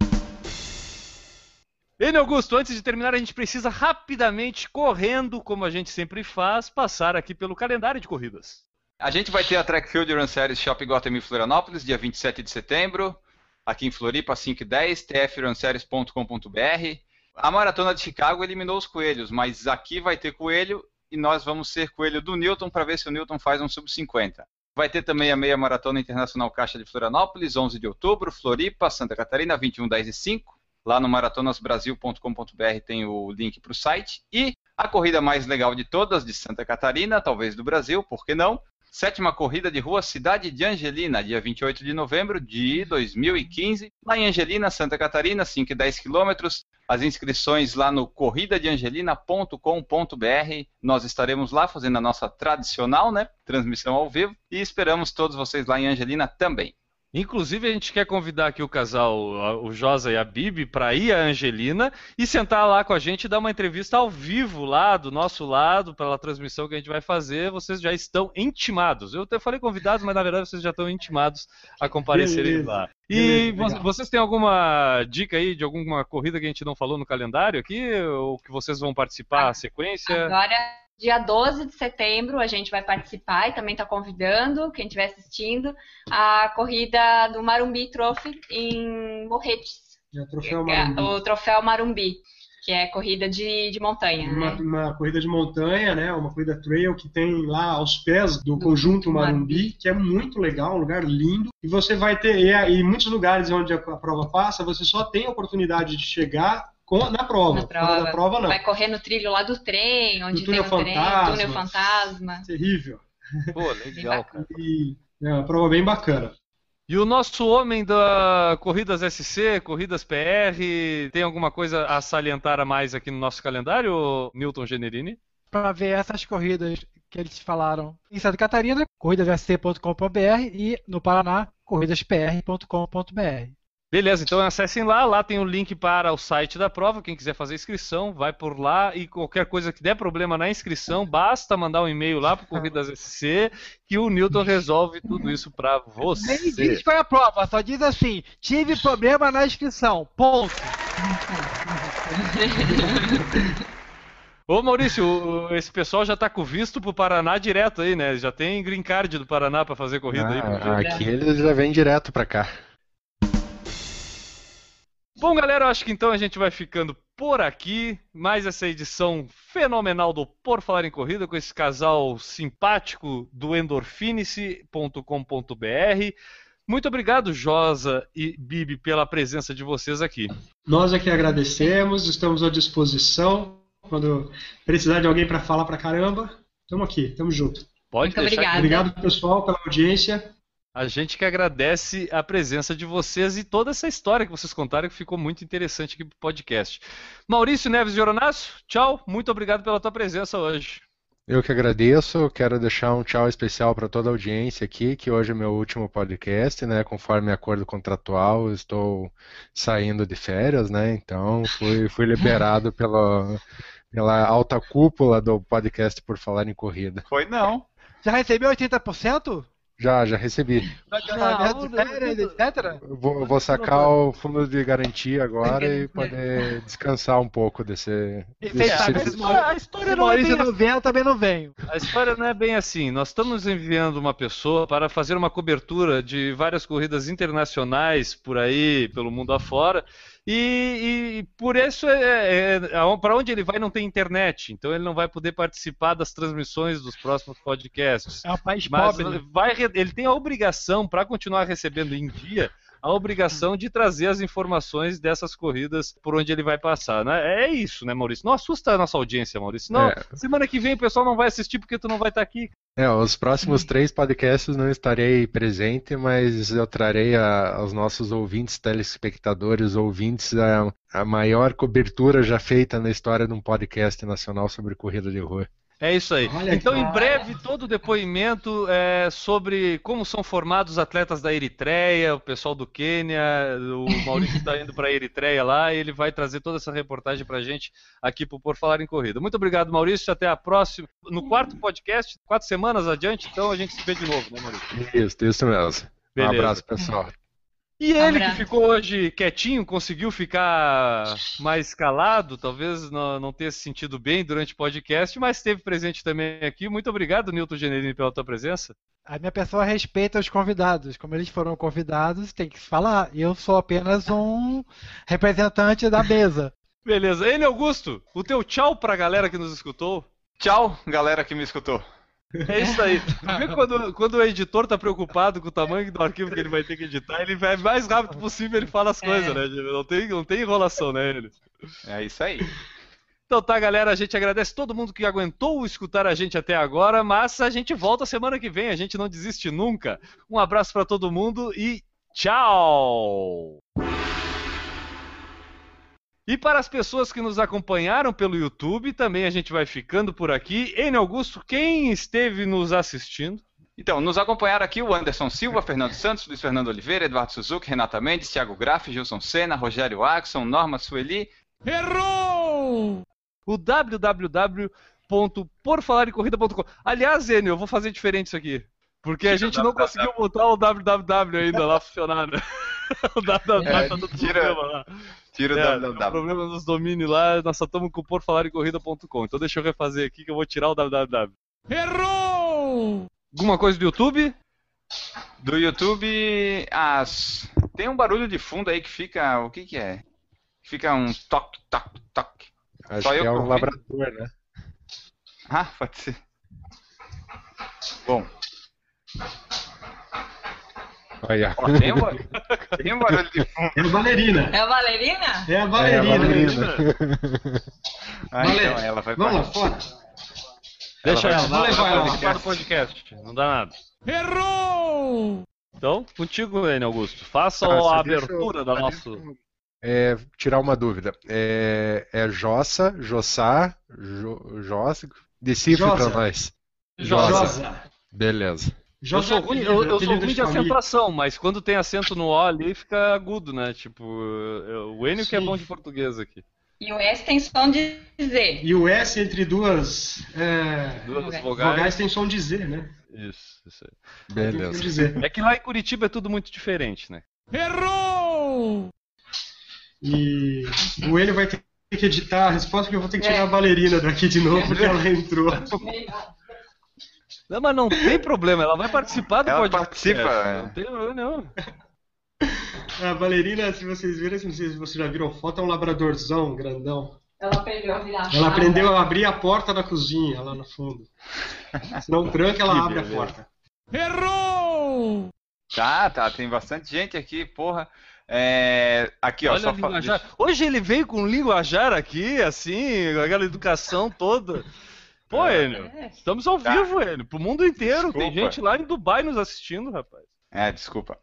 Enio Augusto, antes de terminar, a gente precisa rapidamente, correndo, como a gente sempre faz, passar aqui pelo calendário de corridas. A gente vai ter a Track Field Run Series Shopping Gotham em Florianópolis, dia vinte e sete de setembro. Aqui em Floripa, cinco e dez, t f run series ponto com ponto b r. A Maratona de Chicago eliminou os coelhos, mas aqui vai ter coelho e nós vamos ser coelho do Newton para ver se o Newton faz um sub cinquenta. Vai ter também a Meia Maratona Internacional Caixa de Florianópolis, onze de outubro, Floripa, Santa Catarina, vinte e um, dez e cinco. Lá no maratonas brasil ponto com ponto b r tem o link para o site. E a corrida mais legal de todas, de Santa Catarina, talvez do Brasil, por que não? Sétima corrida de rua Cidade de Angelina, dia vinte e oito de novembro de dois mil e quinze. Lá em Angelina, Santa Catarina, cinco e dez quilômetros. As inscrições lá no corrida de angelina ponto com ponto b r. Nós estaremos lá fazendo a nossa tradicional, né, transmissão ao vivo. E esperamos todos vocês lá em Angelina também. Inclusive, a gente quer convidar aqui o casal, o Josa e a Bibi, para ir a Angelina e sentar lá com a gente e dar uma entrevista ao vivo lá, do nosso lado, pela transmissão que a gente vai fazer. Vocês já estão intimados. Eu até falei convidados, mas na verdade vocês já estão intimados a comparecerem Beleza. lá. E Beleza, vocês têm alguma dica aí de alguma corrida que a gente não falou no calendário aqui? Ou que vocês vão participar, a sequência? Agora... Dia doze de setembro a gente vai participar e também está convidando quem estiver assistindo a corrida do Marumbi Trophy em Morretes. É o Troféu Marumbi. O Troféu Marumbi, que é corrida de, de montanha. Uma, né? uma corrida de montanha, né? Uma corrida trail que tem lá aos pés do, do conjunto Marumbi, Marumbi, que é muito legal, um lugar lindo. E você vai ter, e em muitos lugares onde a, a prova passa, você só tem a oportunidade de chegar Com, na prova. Na prova. Na prova não. Vai correr no trilho lá do trem, onde do tem o fantasma. trem, túnel fantasma. Terrível. Pô, legal, cara. E, é uma prova bem bacana. E o nosso homem da Corridas S C, Corridas P R, tem alguma coisa a salientar a mais aqui no nosso calendário, Newton Generini? Para ver essas corridas que eles falaram em Santa Catarina, corridas s c ponto com ponto b r e no Paraná, corridas p r ponto com ponto b r. Beleza, então acessem lá, lá tem o link para o site da prova, quem quiser fazer inscrição, vai por lá e qualquer coisa que der problema na inscrição, basta mandar um e-mail lá para o Corridas S C que o Newton resolve tudo isso para você. Nem diz qual é a prova, só diz assim, tive problema na inscrição, ponto. Ô Maurício, esse pessoal já tá com visto pro Paraná direto aí, né? Já tem green card do Paraná para fazer corrida ah, aí. Aqui eles já vêm direto para cá. Bom, galera, eu acho que então a gente vai ficando por aqui. Mais essa edição fenomenal do Por Falar em Corrida, com esse casal simpático do endorfinice ponto com ponto b r. Muito obrigado, Josa e Bibi, pela presença de vocês aqui. Nós é que agradecemos, estamos à disposição. Quando precisar de alguém para falar pra caramba, estamos aqui, estamos juntos. Pode Muito deixar. obrigada. Obrigado, pessoal, pela audiência. A gente que agradece a presença de vocês e toda essa história que vocês contaram, que ficou muito interessante aqui pro podcast. Maurício Neves de Oronácio, tchau, muito obrigado pela tua presença hoje. Eu que agradeço, quero deixar um tchau especial para toda a audiência aqui, que hoje é meu último podcast, né? Conforme acordo contratual, eu estou saindo de férias, né? Então fui, fui liberado pela, pela alta cúpula do podcast Por Falar em Corrida. Foi não. Já recebeu oitenta por cento? Já, já recebi. Pagamento de férias, etcétera? Eu vou, eu vou sacar o fundo de garantia agora e poder descansar um pouco desse, desse Vocês sabem, serviço. se A história o não é Maurício bem não vem, eu também não venho. A história não é bem assim. Nós estamos enviando uma pessoa para fazer uma cobertura de várias corridas internacionais por aí, pelo mundo afora. E, e por isso, é, é, para onde ele vai não tem internet. Então ele não vai poder participar das transmissões dos próximos podcasts. É um país Mas pobre. vai, ele tem a obrigação, para continuar recebendo em dia, a obrigação de trazer as informações dessas corridas por onde ele vai passar, né? É isso, né, Maurício? Não assusta a nossa audiência, Maurício. Não, É. semana que vem o pessoal não vai assistir porque tu não vai estar aqui. É, os próximos três podcasts não estarei presente, mas eu trarei a- aos nossos ouvintes, telespectadores, ouvintes, a, a maior cobertura já feita na história de um podcast nacional sobre corrida de rua. É isso aí. Olha Então, que em da breve, todo o depoimento é sobre como são formados os atletas da Eritreia, o pessoal do Quênia, o Maurício está indo para a Eritreia lá e ele vai trazer toda essa reportagem para a gente aqui pro Por Falar em Corrida. Muito obrigado, Maurício. Até a próxima. No quarto podcast, quatro semanas adiante, então a gente se vê de novo, né, Maurício? Isso, isso mesmo. Beleza. Um abraço, pessoal. E ele que Abraço. ficou hoje quietinho, conseguiu ficar mais calado, talvez não, não tenha se sentido bem durante o podcast, mas esteve presente também aqui. Muito obrigado, Nilton Generini, pela tua presença. A minha pessoa respeita os convidados. Como eles foram convidados, tem que falar. Eu sou apenas um representante da mesa. Beleza. Enio Augusto, o teu tchau pra galera que nos escutou. Tchau, galera que me escutou. É isso aí. Tu vê quando, quando o editor tá preocupado com o tamanho do arquivo que ele vai ter que editar, ele vai mais rápido possível, ele fala as É. coisas, né? Não tem, não tem enrolação, né, Enio? É isso aí. Então tá, galera, a gente agradece todo mundo que aguentou escutar a gente até agora, mas a gente volta semana que vem, a gente não desiste nunca. Um abraço pra todo mundo e tchau! E para as pessoas que nos acompanharam pelo YouTube, também a gente vai ficando por aqui. Enio Augusto, quem esteve nos assistindo? Então, nos acompanharam aqui o Anderson Silva, Fernando Santos, Luiz Fernando Oliveira, Eduardo Suzuki, Renata Mendes, Thiago Graff, Gilson Senna, Rogério Axon, Norma Sueli. O w w w ponto por falar em corrida ponto com. Aliás, Enio, eu vou fazer diferente isso aqui. Porque a gente não conseguiu botar o www ainda lá funcionar, né? O www É, tá dando tira- problema lá. Tira o É, W tem um W W. problema nos domínios lá, nós só estamos com por falar em corrida ponto com. Então deixa eu refazer aqui que eu vou tirar o www. Errou! Alguma coisa do YouTube? Do YouTube, as... tem um barulho de fundo aí que fica, o que que é? Fica um toque, toque, toque. Acho Só eu que é que um ouvi. labrador, né? Ah, pode ser. Bom, Olha. ó, tem, um, barulho- tem um barulho de fundo. É a Valerina. É a Valerina? É a É, a Valerina. Valerina. Ah, Vale- então ela vai Vamos lá, partir. fora. Deixa vai- ela, vou vai levar ela. participar do podcast. Não dá nada. Errou! Então, contigo, Enio Augusto. Faça Ah, a só deixa eu- abertura da só nossa. deixa eu, é, tirar uma dúvida. É, é Jossa, Jossá, Jo, Jossa. Decifre Josa. pra nós. Josa. Josa. Beleza. Eu Josa sou ruim, eu, eu sou apelido ruim de família. acentuação, mas quando tem acento no O ali fica agudo, né? Tipo, eu- o Enio que é Sim. bom de português aqui. E o S tem som de Z. E o S entre duas, é, Duas Vogais. vogais. vogais tem som de Z, né? Isso, isso aí. Tem som Beleza. de Z. É que lá em Curitiba é tudo muito diferente, né? E o Enio vai ter que editar a resposta porque eu vou ter que tirar a Valerina daqui de novo porque ela entrou. Não, mas não tem problema, ela vai participar do Ela podcast. participa, é. Não tem problema nenhum. A Valerina, se vocês viram, não sei se vocês já viram foto, é um labradorzão grandão. Ela aprendeu a virar Ela chave. aprendeu a abrir a porta da cozinha lá no fundo. Se não tranca, ela Que abre beleza. a porta. Tá, tá, tem bastante gente aqui, porra. É, aqui, ó, Olha só o fa- linguajar. deixa- Hoje ele veio com linguajar aqui, assim, com aquela educação toda. Pô, É. Enio, É. estamos ao Tá. vivo, Enio, pro mundo inteiro. Tem Desculpa. gente lá em Dubai nos assistindo, rapaz. É, desculpa.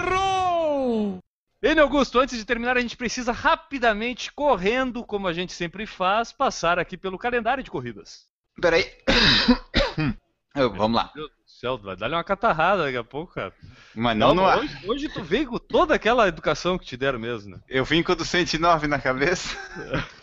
Enio Augusto, antes de terminar, a gente precisa rapidamente, correndo, como a gente sempre faz, passar aqui pelo calendário de corridas. Peraí. Eu, vamos lá. Meu Deus do céu, vai dar-lhe uma catarrada daqui a pouco, cara. Mas não, não, hoje, hoje tu veio com toda aquela educação que te deram mesmo, né? Eu vim com o do cento e nove na cabeça.